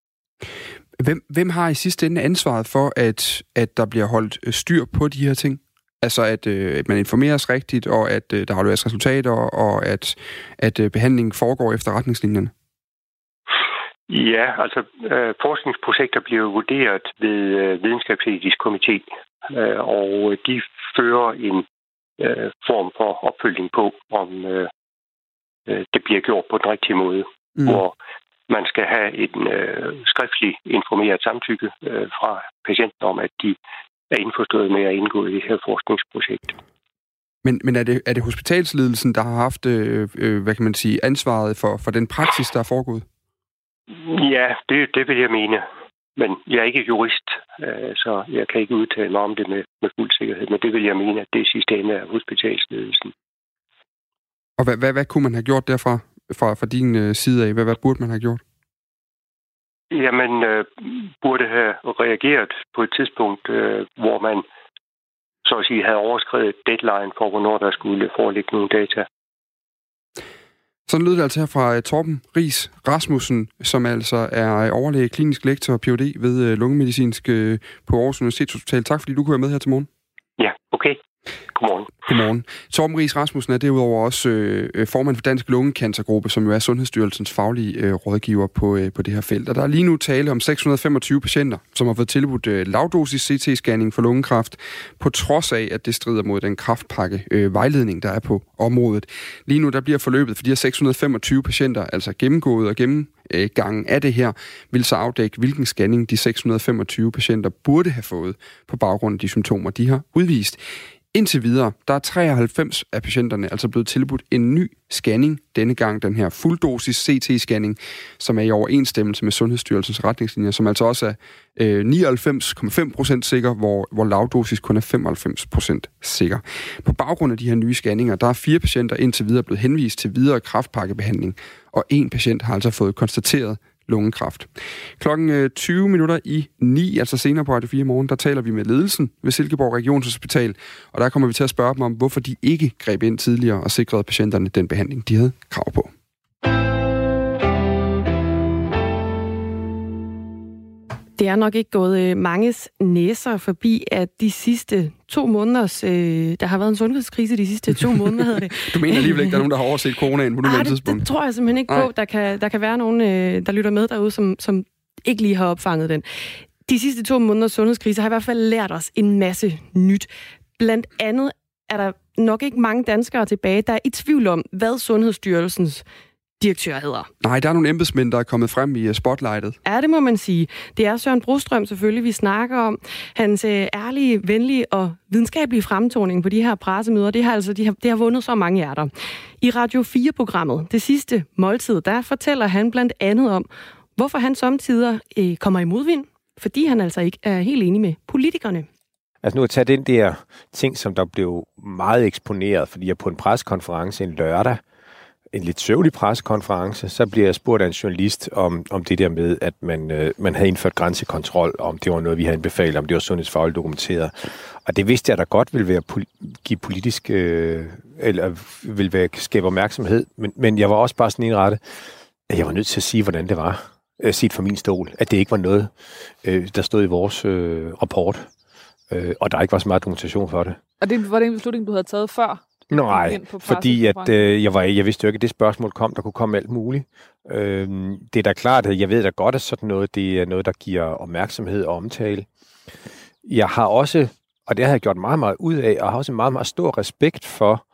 Hvem har i sidste ende ansvaret for, at der bliver holdt styr på de her ting? Altså, at man informeres rigtigt, og at der afleveres resultater, og at behandlingen foregår efter retningslinjerne? Ja, altså forskningsprojekter bliver vurderet ved videnskabsetisk komité, og de fører en form for opfølgning på, om det bliver gjort på den rigtige måde, hvor man skal have en skriftlig informeret samtykke fra patienten om, at de er indforstået med at indgå i det her forskningsprojekt. Men er det hospitalsledelsen, der har haft hvad kan man sige, ansvaret for den praksis, der er foregået? Ja, det vil jeg mene. Men jeg er ikke jurist, så jeg kan ikke udtale mig om det med fuld sikkerhed. Men det vil jeg mene, at det sidste ende er hospitalsledelsen. Og hvad kunne man have gjort derfra, fra din side af? Hvad burde man have gjort? Jamen, burde have reageret på et tidspunkt, hvor man så at sige havde overskredet deadline for, hvornår der skulle foreligge nogle data. Sådan lød det altså her fra Torben Riis Rasmussen, som altså er overlæge, klinisk lektor og Ph.D. ved lungemedicinsk på Aarhus Universitetshospital. Tak fordi du kunne være med her til morgen. Ja, okay. Godmorgen. Godmorgen. Torben Riis Rasmussen er derudover også formand for Dansk Lungecancergruppe, som jo er Sundhedsstyrelsens faglige rådgiver på det her felt. Og der er lige nu tale om 625 patienter, som har fået tilbudt lavdosis CT-scanning for lungekræft, på trods af, at det strider mod den kræftpakke vejledning, der er på området. Lige nu der bliver forløbet for de her 625 patienter, altså gennemgået og gennemgangen af det her, vil så afdække, hvilken scanning de 625 patienter burde have fået på baggrund af de symptomer, de har udvist. Indtil videre, der er 93 af patienterne altså blevet tilbudt en ny scanning, denne gang den her fulddosis CT-scanning, som er i overensstemmelse med Sundhedsstyrelsens retningslinjer, som altså også er 99,5% sikker, hvor lavdosis kun er 95% sikker. På baggrund af de her nye scanninger, der er 4 patienter indtil videre blevet henvist til videre kræftpakkebehandling, og 1 patient har altså fået konstateret lungekræft. Klokken 9:20, altså senere på Radio 4 morgen, der taler vi med ledelsen ved Silkeborg Regionshospital, og der kommer vi til at spørge dem om, hvorfor de ikke greb ind tidligere og sikrede patienterne den behandling, de havde krav på. Det er nok ikke gået manges næser forbi, at de sidste 2 måneders... der har været en sundhedskrise de sidste 2 måneder, hedder det. Du mener alligevel ikke, der er nogen, der har overset coronaen på nuværende tidspunkt? Det tror jeg simpelthen ikke på. Der kan være nogen, der lytter med derude, som ikke lige har opfanget den. De sidste 2 måneders sundhedskrise har i hvert fald lært os en masse nyt. Blandt andet er der nok ikke mange danskere tilbage, der er i tvivl om, hvad Sundhedsstyrelsens direktør hedder. Nej, der er nogle embedsmænd, der er kommet frem i spotlightet. Ja, det må man sige. Det er Søren Brostrøm selvfølgelig, vi snakker om. Hans ærlige, venlige og videnskabelige fremtoning på de her pressemøder, det har vundet så mange hjerter. I Radio 4-programmet, Det Sidste Måltid, der fortæller han blandt andet om, hvorfor han samtidig kommer i modvind, fordi han altså ikke er helt enig med politikerne. Altså nu at tage den der ting, som der blev meget eksponeret, fordi jeg på en pressekonference en lørdag, en lidt søvlig pressekonference, så bliver jeg spurgt af en journalist om det der med, at man havde indført grænsekontrol, om det var noget, vi havde anbefalet, om det var sundhedsfagligt dokumenteret. Og det vidste jeg da godt ville give politisk, eller ville skabe opmærksomhed. Men jeg var også bare sådan indrettet, at jeg var nødt til at sige, hvordan det var, set fra min stol. At det ikke var noget, der stod i vores rapport, og der ikke var så meget dokumentation for det. Og det var det en beslutning, du havde taget før? Nej, fordi at, jeg vidste jo ikke, at det spørgsmål kom. Der kunne komme alt muligt. Det er da klart, at jeg ved da godt, at sådan noget, det er noget, der giver opmærksomhed og omtale. Jeg har også, og det har jeg gjort meget, meget ud af, og har også en meget, meget stor respekt for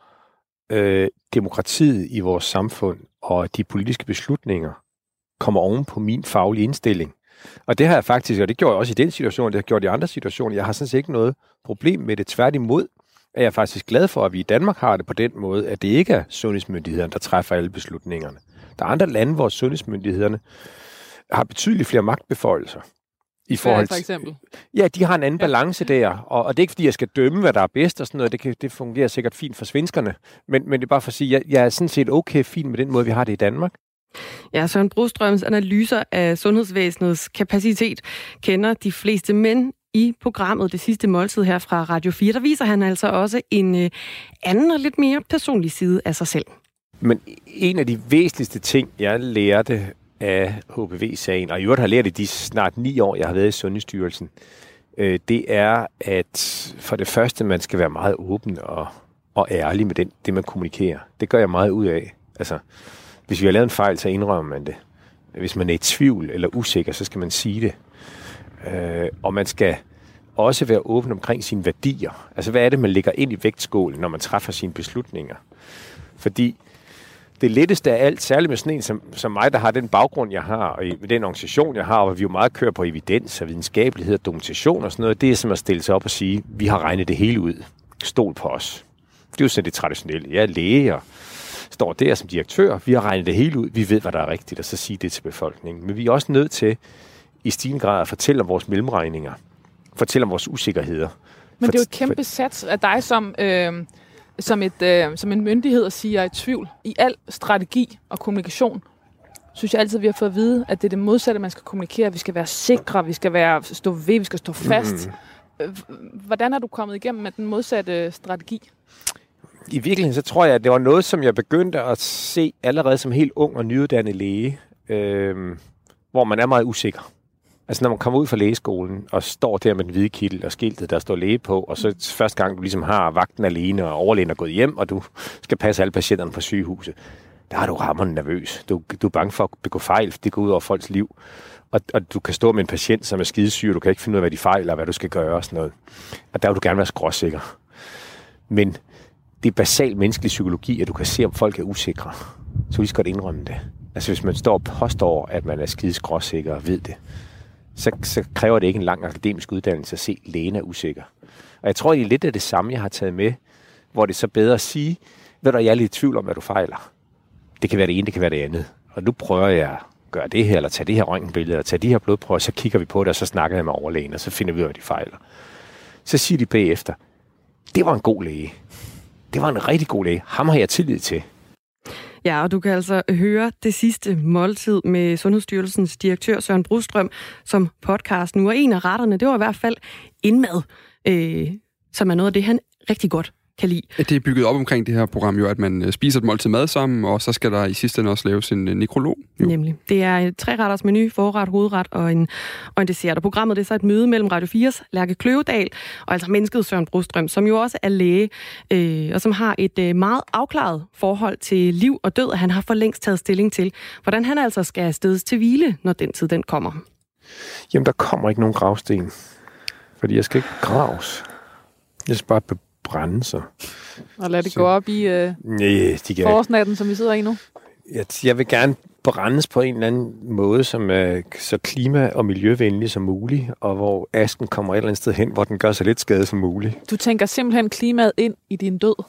demokratiet i vores samfund, og de politiske beslutninger kommer oven på min faglige indstilling. Og det har jeg faktisk, og det gjorde jeg også i den situation, det har jeg gjort i andre situationer. Jeg har sådan set ikke noget problem med det. Tværtimod er jeg faktisk glad for, at vi i Danmark har det på den måde, at det ikke er sundhedsmyndighederne, der træffer alle beslutningerne. Der er andre lande, hvor sundhedsmyndighederne har betydeligt flere magtbeføjelser. I forhold til, for eksempel? Ja, de har en anden balance der, og det er ikke, fordi jeg skal dømme, hvad der er bedst og sådan noget. Det fungerer sikkert fint for svenskerne. Men det er bare for at sige, at jeg er sådan set okay fint med den måde, vi har det i Danmark. Ja, Søren Brostrøms analyser af sundhedsvæsenets kapacitet kender de fleste, men i programmet Det Sidste Måltid her fra Radio 4, der viser han altså også en anden og lidt mere personlig side af sig selv. Men en af de væsentligste ting, jeg lærte af HPV-sagen, og i øvrigt har lært i de snart 9 år, jeg har været i Sundhedsstyrelsen, det er, at for det første, man skal være meget åben og ærlig med det, man kommunikerer. Det gør jeg meget ud af. Altså, hvis vi har lavet en fejl, så indrømmer man det. Hvis man er i tvivl eller usikker, så skal man sige det. Og man skal også være åben omkring sine værdier. Altså, hvad er det, man lægger ind i vægtskålen, når man træffer sine beslutninger? Fordi det letteste af alt, særligt med sådan en som mig, der har den baggrund, jeg har, og med den organisation, jeg har, hvor vi jo meget kører på evidens og videnskabelighed og dokumentation og sådan noget, det er som at stille sig op og sige, vi har regnet det hele ud. Stol på os. Det er jo sådan det traditionelle. Jeg er læge og står der som direktør. Vi har regnet det hele ud. Vi ved, hvad der er rigtigt, og så sige det til befolkningen. Men vi er også nødt til i stigende grad at fortælle om vores mellemregninger. Fortælle om vores usikkerheder. Men det er jo et kæmpe sats af dig som en myndighed at sige, at jeg er i tvivl. I al strategi og kommunikation, synes jeg altid, vi har fået at vide, at det er det modsatte, man skal kommunikere. Vi skal være sikre, vi skal stå ved, vi skal stå fast. Hvordan er du kommet igennem med den modsatte strategi? I virkeligheden, så tror jeg, at det var noget, som jeg begyndte at se allerede som helt ung og nyuddannet læge, hvor man er meget usikker. Altså når man kommer ud fra lægeskolen og står der med den hvide kittel og skiltet, der står læge på, og så første gang du ligesom har vagten alene og overlægen er gået hjem, og du skal passe alle patienterne på sygehuset, der er du rammerne nervøs. Du er bange for at begå fejl, det går ud over folks liv. Og du kan stå med en patient, som er skidesyg, og du kan ikke finde ud af, hvad de fejler, og hvad du skal gøre og sådan noget. Og der vil du gerne være skråsikker. Men det er basal menneskelig psykologi, at du kan se, om folk er usikre. Så du lige skal godt indrømme det. Altså hvis man står og påstår, at man er skide skråsikker og ved det, så kræver det ikke en lang akademisk uddannelse at se, at lægen er usikker. Og jeg tror, det er lidt af det samme, jeg har taget med, hvor det er så bedre at sige, ved du, jeg er lidt i tvivl om, hvad du fejler. Det kan være det ene, det kan være det andet. Og nu prøver jeg at gøre det her, eller tage det her røntgenbillede, eller tage de her blodprøver, så kigger vi på det, og så snakker jeg med overlægen, og så finder vi ud af, hvad de fejler. Så siger de bagefter, det var en god læge. Det var en rigtig god læge. Ham har jeg tillid til. Ja, og du kan altså høre det sidste måltid med Sundhedsstyrelsens direktør Søren Brostrøm som podcast nu. Og en af retterne, det var i hvert fald indmad, som er noget af det, han rigtig godt kan lide. Det er bygget op omkring det her program jo, at man spiser et måltid mad sammen, og så skal der i sidste ende også laves en nekrolog. Jo. Nemlig. Det er et 3-retters menu, forret, hovedret og en dessert. Og programmet det er så et møde mellem Radio 4's Lærke Kløvedal og altså mennesket Søren Brostrøm, som jo også er læge, og som har et meget afklaret forhold til liv og død, og han har for længst taget stilling til, hvordan han altså skal afstedes til hvile, når den tid den kommer. Jamen, der kommer ikke nogen gravsten, fordi jeg skal ikke graves. Jeg skal bare brænde sig. Og lad det gå op i forårsnatten, som vi sidder i nu? Jeg vil gerne brændes på en eller anden måde, som er så klima- og miljøvenlig som muligt, og hvor asken kommer et eller andet sted hen, hvor den gør så lidt skade som muligt. Du tænker simpelthen klimaet ind i din død?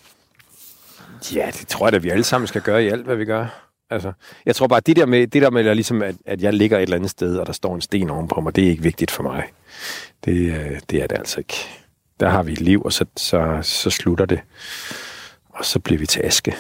Ja, det tror jeg, at vi alle sammen skal gøre i alt, hvad vi gør. Altså, jeg tror bare, det der med ligesom, at jeg ligger et eller andet sted, og der står en sten ovenpå mig, det er ikke vigtigt for mig. Det er det altså ikke. Der har vi et liv, og så slutter det. Og så bliver vi til aske.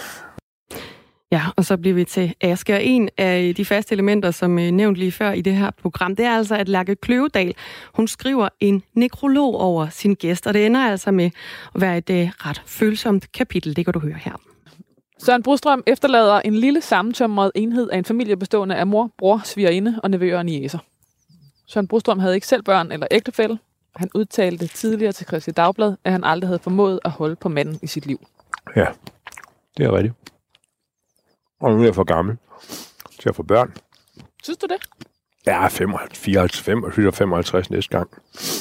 Ja, og så bliver vi til aske. Og en af de faste elementer, som nævnt lige før i det her program, det er altså, at Lærke Kløvedal, hun skriver en nekrolog over sin gæst, og det ender altså med at være et ret følsomt kapitel. Det kan du høre her. Søren Brostrøm efterlader en lille sammentømret enhed af en familie bestående af mor, bror, svigerinde og nevøer og niecer. Søren Brostrøm havde ikke selv børn eller ægtefælle. Han udtalte tidligere til Kristeligt Dagblad, at han aldrig havde formået at holde på manden i sit liv. Ja, det er rigtigt. Og nu er jeg for gammel til at få børn. Synes du det? Ja, 55 næste gang.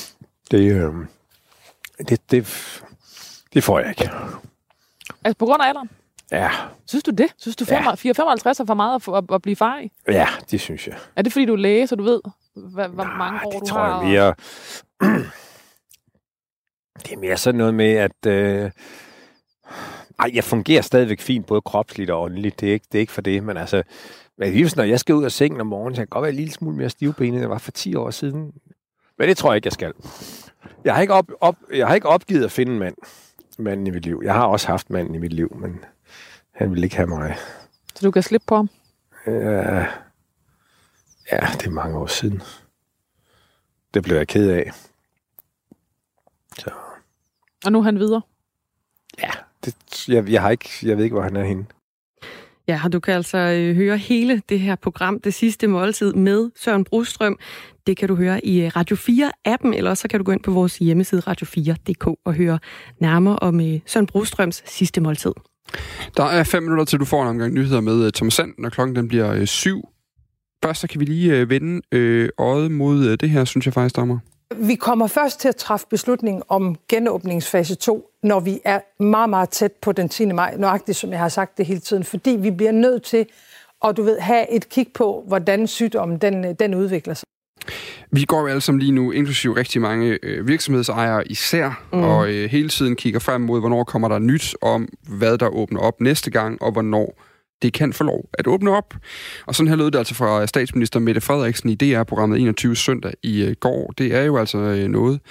Det får jeg ikke. Altså på grund af alderen? Ja. Synes du det? Synes du 55 er for meget at blive far i? Ja, det synes jeg. Er det fordi du er læge, så du ved, hvor mange år du har? Det tror jeg mere. Det er mere sådan noget med, at jeg fungerer stadigvæk fint, både kropsligt og åndeligt. Det er ikke for det, men altså, når jeg skal ud af sengen om morgenen, så kan jeg godt være en lille smule mere stivbenet, end jeg var for 10 år siden. Men det tror jeg ikke, jeg skal. Jeg har ikke opgivet at finde manden i mit liv. Jeg har også haft manden i mit liv, men han ville ikke have mig. Så du kan slippe på ham? Ja, det er mange år siden. Det blev jeg ked af. Så. Og nu er han videre? Ja, jeg ved ikke, hvor han er henne. Ja, og du kan altså høre hele det her program, Det Sidste Måltid, med Søren Brostrøm. Det kan du høre i Radio 4-appen, eller så kan du gå ind på vores hjemmeside radio4.dk og høre nærmere om Søren Brostrøms Sidste Måltid. Der er 5 minutter til, du får en omgang nyheder med Thomas Sand, når klokken den bliver 7. Først så kan vi lige vende øjet mod det her, synes jeg faktisk, Dagmar. Vi kommer først til at træffe beslutning om genåbningsfase 2, når vi er meget, meget tæt på den 10. maj, nøjagtigt som jeg har sagt det hele tiden, fordi vi bliver nødt til at have et kig på, hvordan sygdommen den udvikler sig. Vi går jo alle sammen lige nu, inklusive rigtig mange virksomhedsejere især, og hele tiden kigger frem mod, hvornår kommer der nyt om, hvad der åbner op næste gang, og hvornår det kan få lov at åbne op. Og sådan her lød det altså fra statsminister Mette Frederiksen i DR-programmet 21 søndag i går. Det er jo altså noget,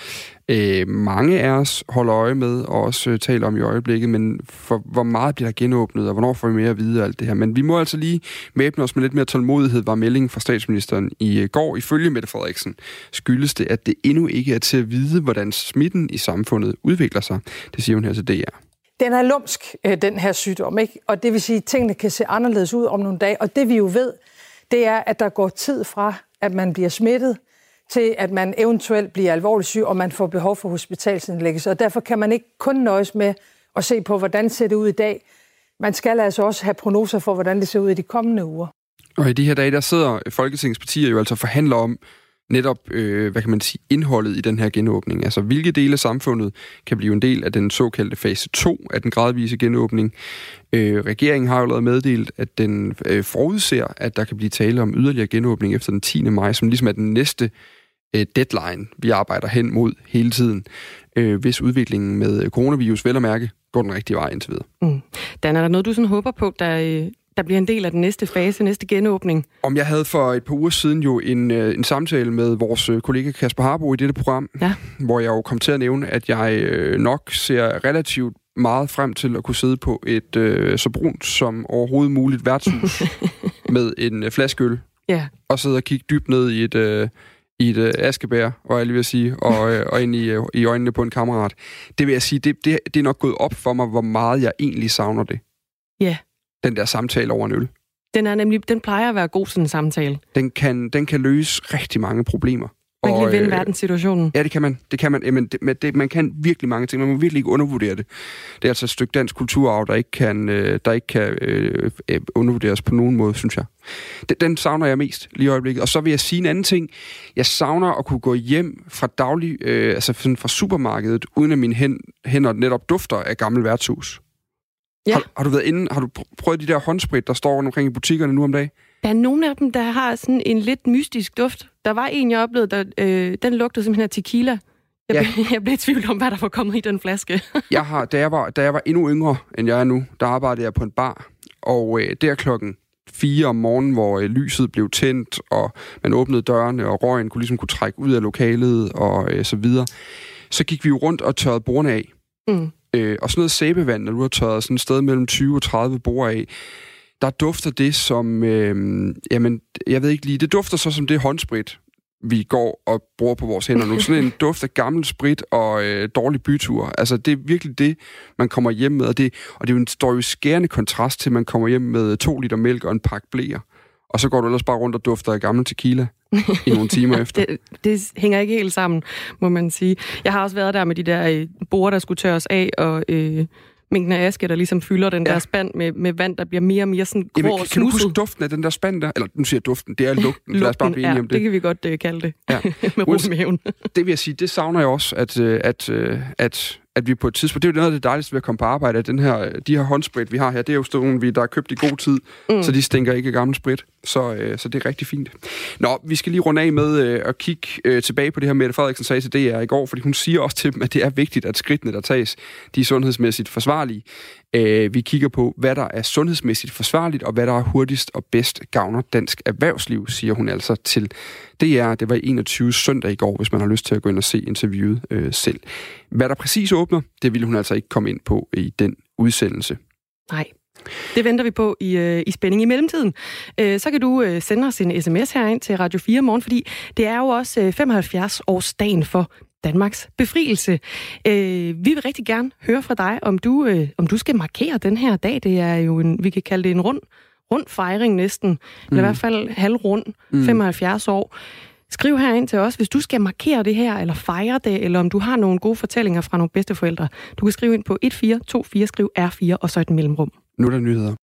mange af os holder øje med og også taler om i øjeblikket, men for hvor meget bliver der genåbnet, og hvornår får vi mere at vide af alt det her. Men vi må altså lige væbne os med lidt mere tålmodighed, var meldingen fra statsministeren i går. Ifølge Mette Frederiksen skyldes det, at det endnu ikke er til at vide, hvordan smitten i samfundet udvikler sig. Det siger hun her til DR. Den er lumsk, den her sygdom, ikke? Og det vil sige, at tingene kan se anderledes ud om nogle dage. Og det vi jo ved, det er, at der går tid fra, at man bliver smittet, til at man eventuelt bliver alvorligt syg, og man får behov for hospitalsindlæggelse. Og derfor kan man ikke kun nøjes med at se på, hvordan ser det ud i dag. Man skal altså også have prognoser for, hvordan det ser ud i de kommende uger. Og i de her dage, der sidder Folketingets partier jo altså og forhandler om netop, hvad kan man sige, indholdet i den her genåbning. Altså, hvilke dele af samfundet kan blive en del af den såkaldte fase 2 af den gradvise genåbning. Regeringen har jo lavet meddelt, at den forudser, at der kan blive tale om yderligere genåbning efter den 10. maj, som ligesom er den næste deadline, vi arbejder hen mod hele tiden, hvis udviklingen med coronavirus, vel at mærke, går den rigtige vej indtil videre. Dan, er der noget, du sådan håber på, der bliver en del af den næste fase, næste genåbning? Om jeg havde for et par uger siden jo en samtale med vores kollega Kasper Harbo i dette program, hvor jeg jo kom til at nævne, at jeg nok ser relativt meget frem til at kunne sidde på et så brunt som overhovedet muligt værtshus med en flaske øl, og sidde og kigge dybt ned i et askebær, og jeg lige vil sige, og ind i øjnene på en kammerat. Det vil jeg sige, det er nok gået op for mig, hvor meget jeg egentlig savner det. Ja. Den der samtale over en øl. Den plejer at være god, sådan en samtale. Den kan løse rigtig mange problemer. Man kan lige vende verdenssituationen. Ja, det kan man. Jamen, man kan virkelig mange ting. Man må virkelig ikke undervurdere det. Det er altså et stykke dansk kulturarv, der ikke kan undervurderes på nogen måde, synes jeg. Den savner jeg mest lige i øjeblikket. Og så vil jeg sige en anden ting. Jeg savner at kunne gå hjem fra fra supermarkedet, uden at mine hænder netop dufter af gammel værtshus. Ja. Har du været inde? Har du prøvet de der håndsprit, der står rundt omkring i butikkerne nu om dagen? Der er nogle af dem, der har sådan en lidt mystisk duft. Der var en, jeg oplevede, den lugtede simpelthen af tequila. Jeg blev i tvivl om, hvad der var kommet i den flaske. Da jeg var endnu yngre, end jeg er nu, der arbejdede jeg på en bar. Og der klokken 4 om morgenen, hvor lyset blev tændt, og man åbnede dørene, og røgen kunne trække ud af lokalet, og så videre. Så gik vi jo rundt og tørrede bordene af. Og sådan noget sæbevand, når du har tørret sådan et sted mellem 20 og 30 borde af, der dufter det som, jeg ved ikke lige, det dufter så som det håndsprit, vi går og bruger på vores hænder nu. Sådan en duft af gammel sprit og dårlig bytur. Altså, det er virkelig det, man kommer hjem med, og det står jo i skærende kontrast til, at man kommer hjem med 2 liter mælk og en pakke bleer. Og så går du ellers bare rundt og dufter af gammel tequila i nogle timer efter. Det hænger ikke helt sammen, må man sige. Jeg har også været der med de der borde, der skulle tørres af, og mængden af aske, der ligesom fylder den der spand med vand, der bliver mere og mere sådan grå og kan du huske duften af den der spand der? Eller nu siger jeg duften, det er lugten. Lad os bare blive enige om det. Det kan vi godt kalde det. Ja. Med ro i maven. Det vil jeg sige, det savner jeg også, at vi på et tidspunkt, det er jo noget af det dejligste ved at komme på arbejde, at de her håndsprit, vi har her, det er jo sådan nogle, der er købt i god tid, så de stinker ikke af gammel sprit. Så det er rigtig fint. Nå, vi skal lige runde af med at kigge tilbage på det her, Mette Frederiksen sagde til DR i går, fordi hun siger også til dem, at det er vigtigt, at skridtene, der tages, de er sundhedsmæssigt forsvarlige. Vi kigger på, hvad der er sundhedsmæssigt forsvarligt, og hvad der er hurtigst og bedst gavner dansk erhvervsliv, siger hun altså til DR. Det var i 21 søndag i går, hvis man har lyst til at gå ind og se interviewet selv. Hvad der præcis åbner, det ville hun altså ikke komme ind på i den udsendelse. Nej. Det venter vi på i spænding i mellemtiden. Så kan du sende os en sms herind til Radio 4 morgen, fordi det er jo også 75-årsdagen for Danmarks befrielse. Vi vil rigtig gerne høre fra dig, om du skal markere den her dag. Det er jo vi kan kalde det en rund fejring næsten, eller i hvert fald halvrund, 75 år. Skriv her ind til os, hvis du skal markere det her, eller fejre det, eller om du har nogle gode fortællinger fra nogle bedsteforældre. Du kan skrive ind på 1424, skriv R4 og så et mellemrum. Nu er der nyheder.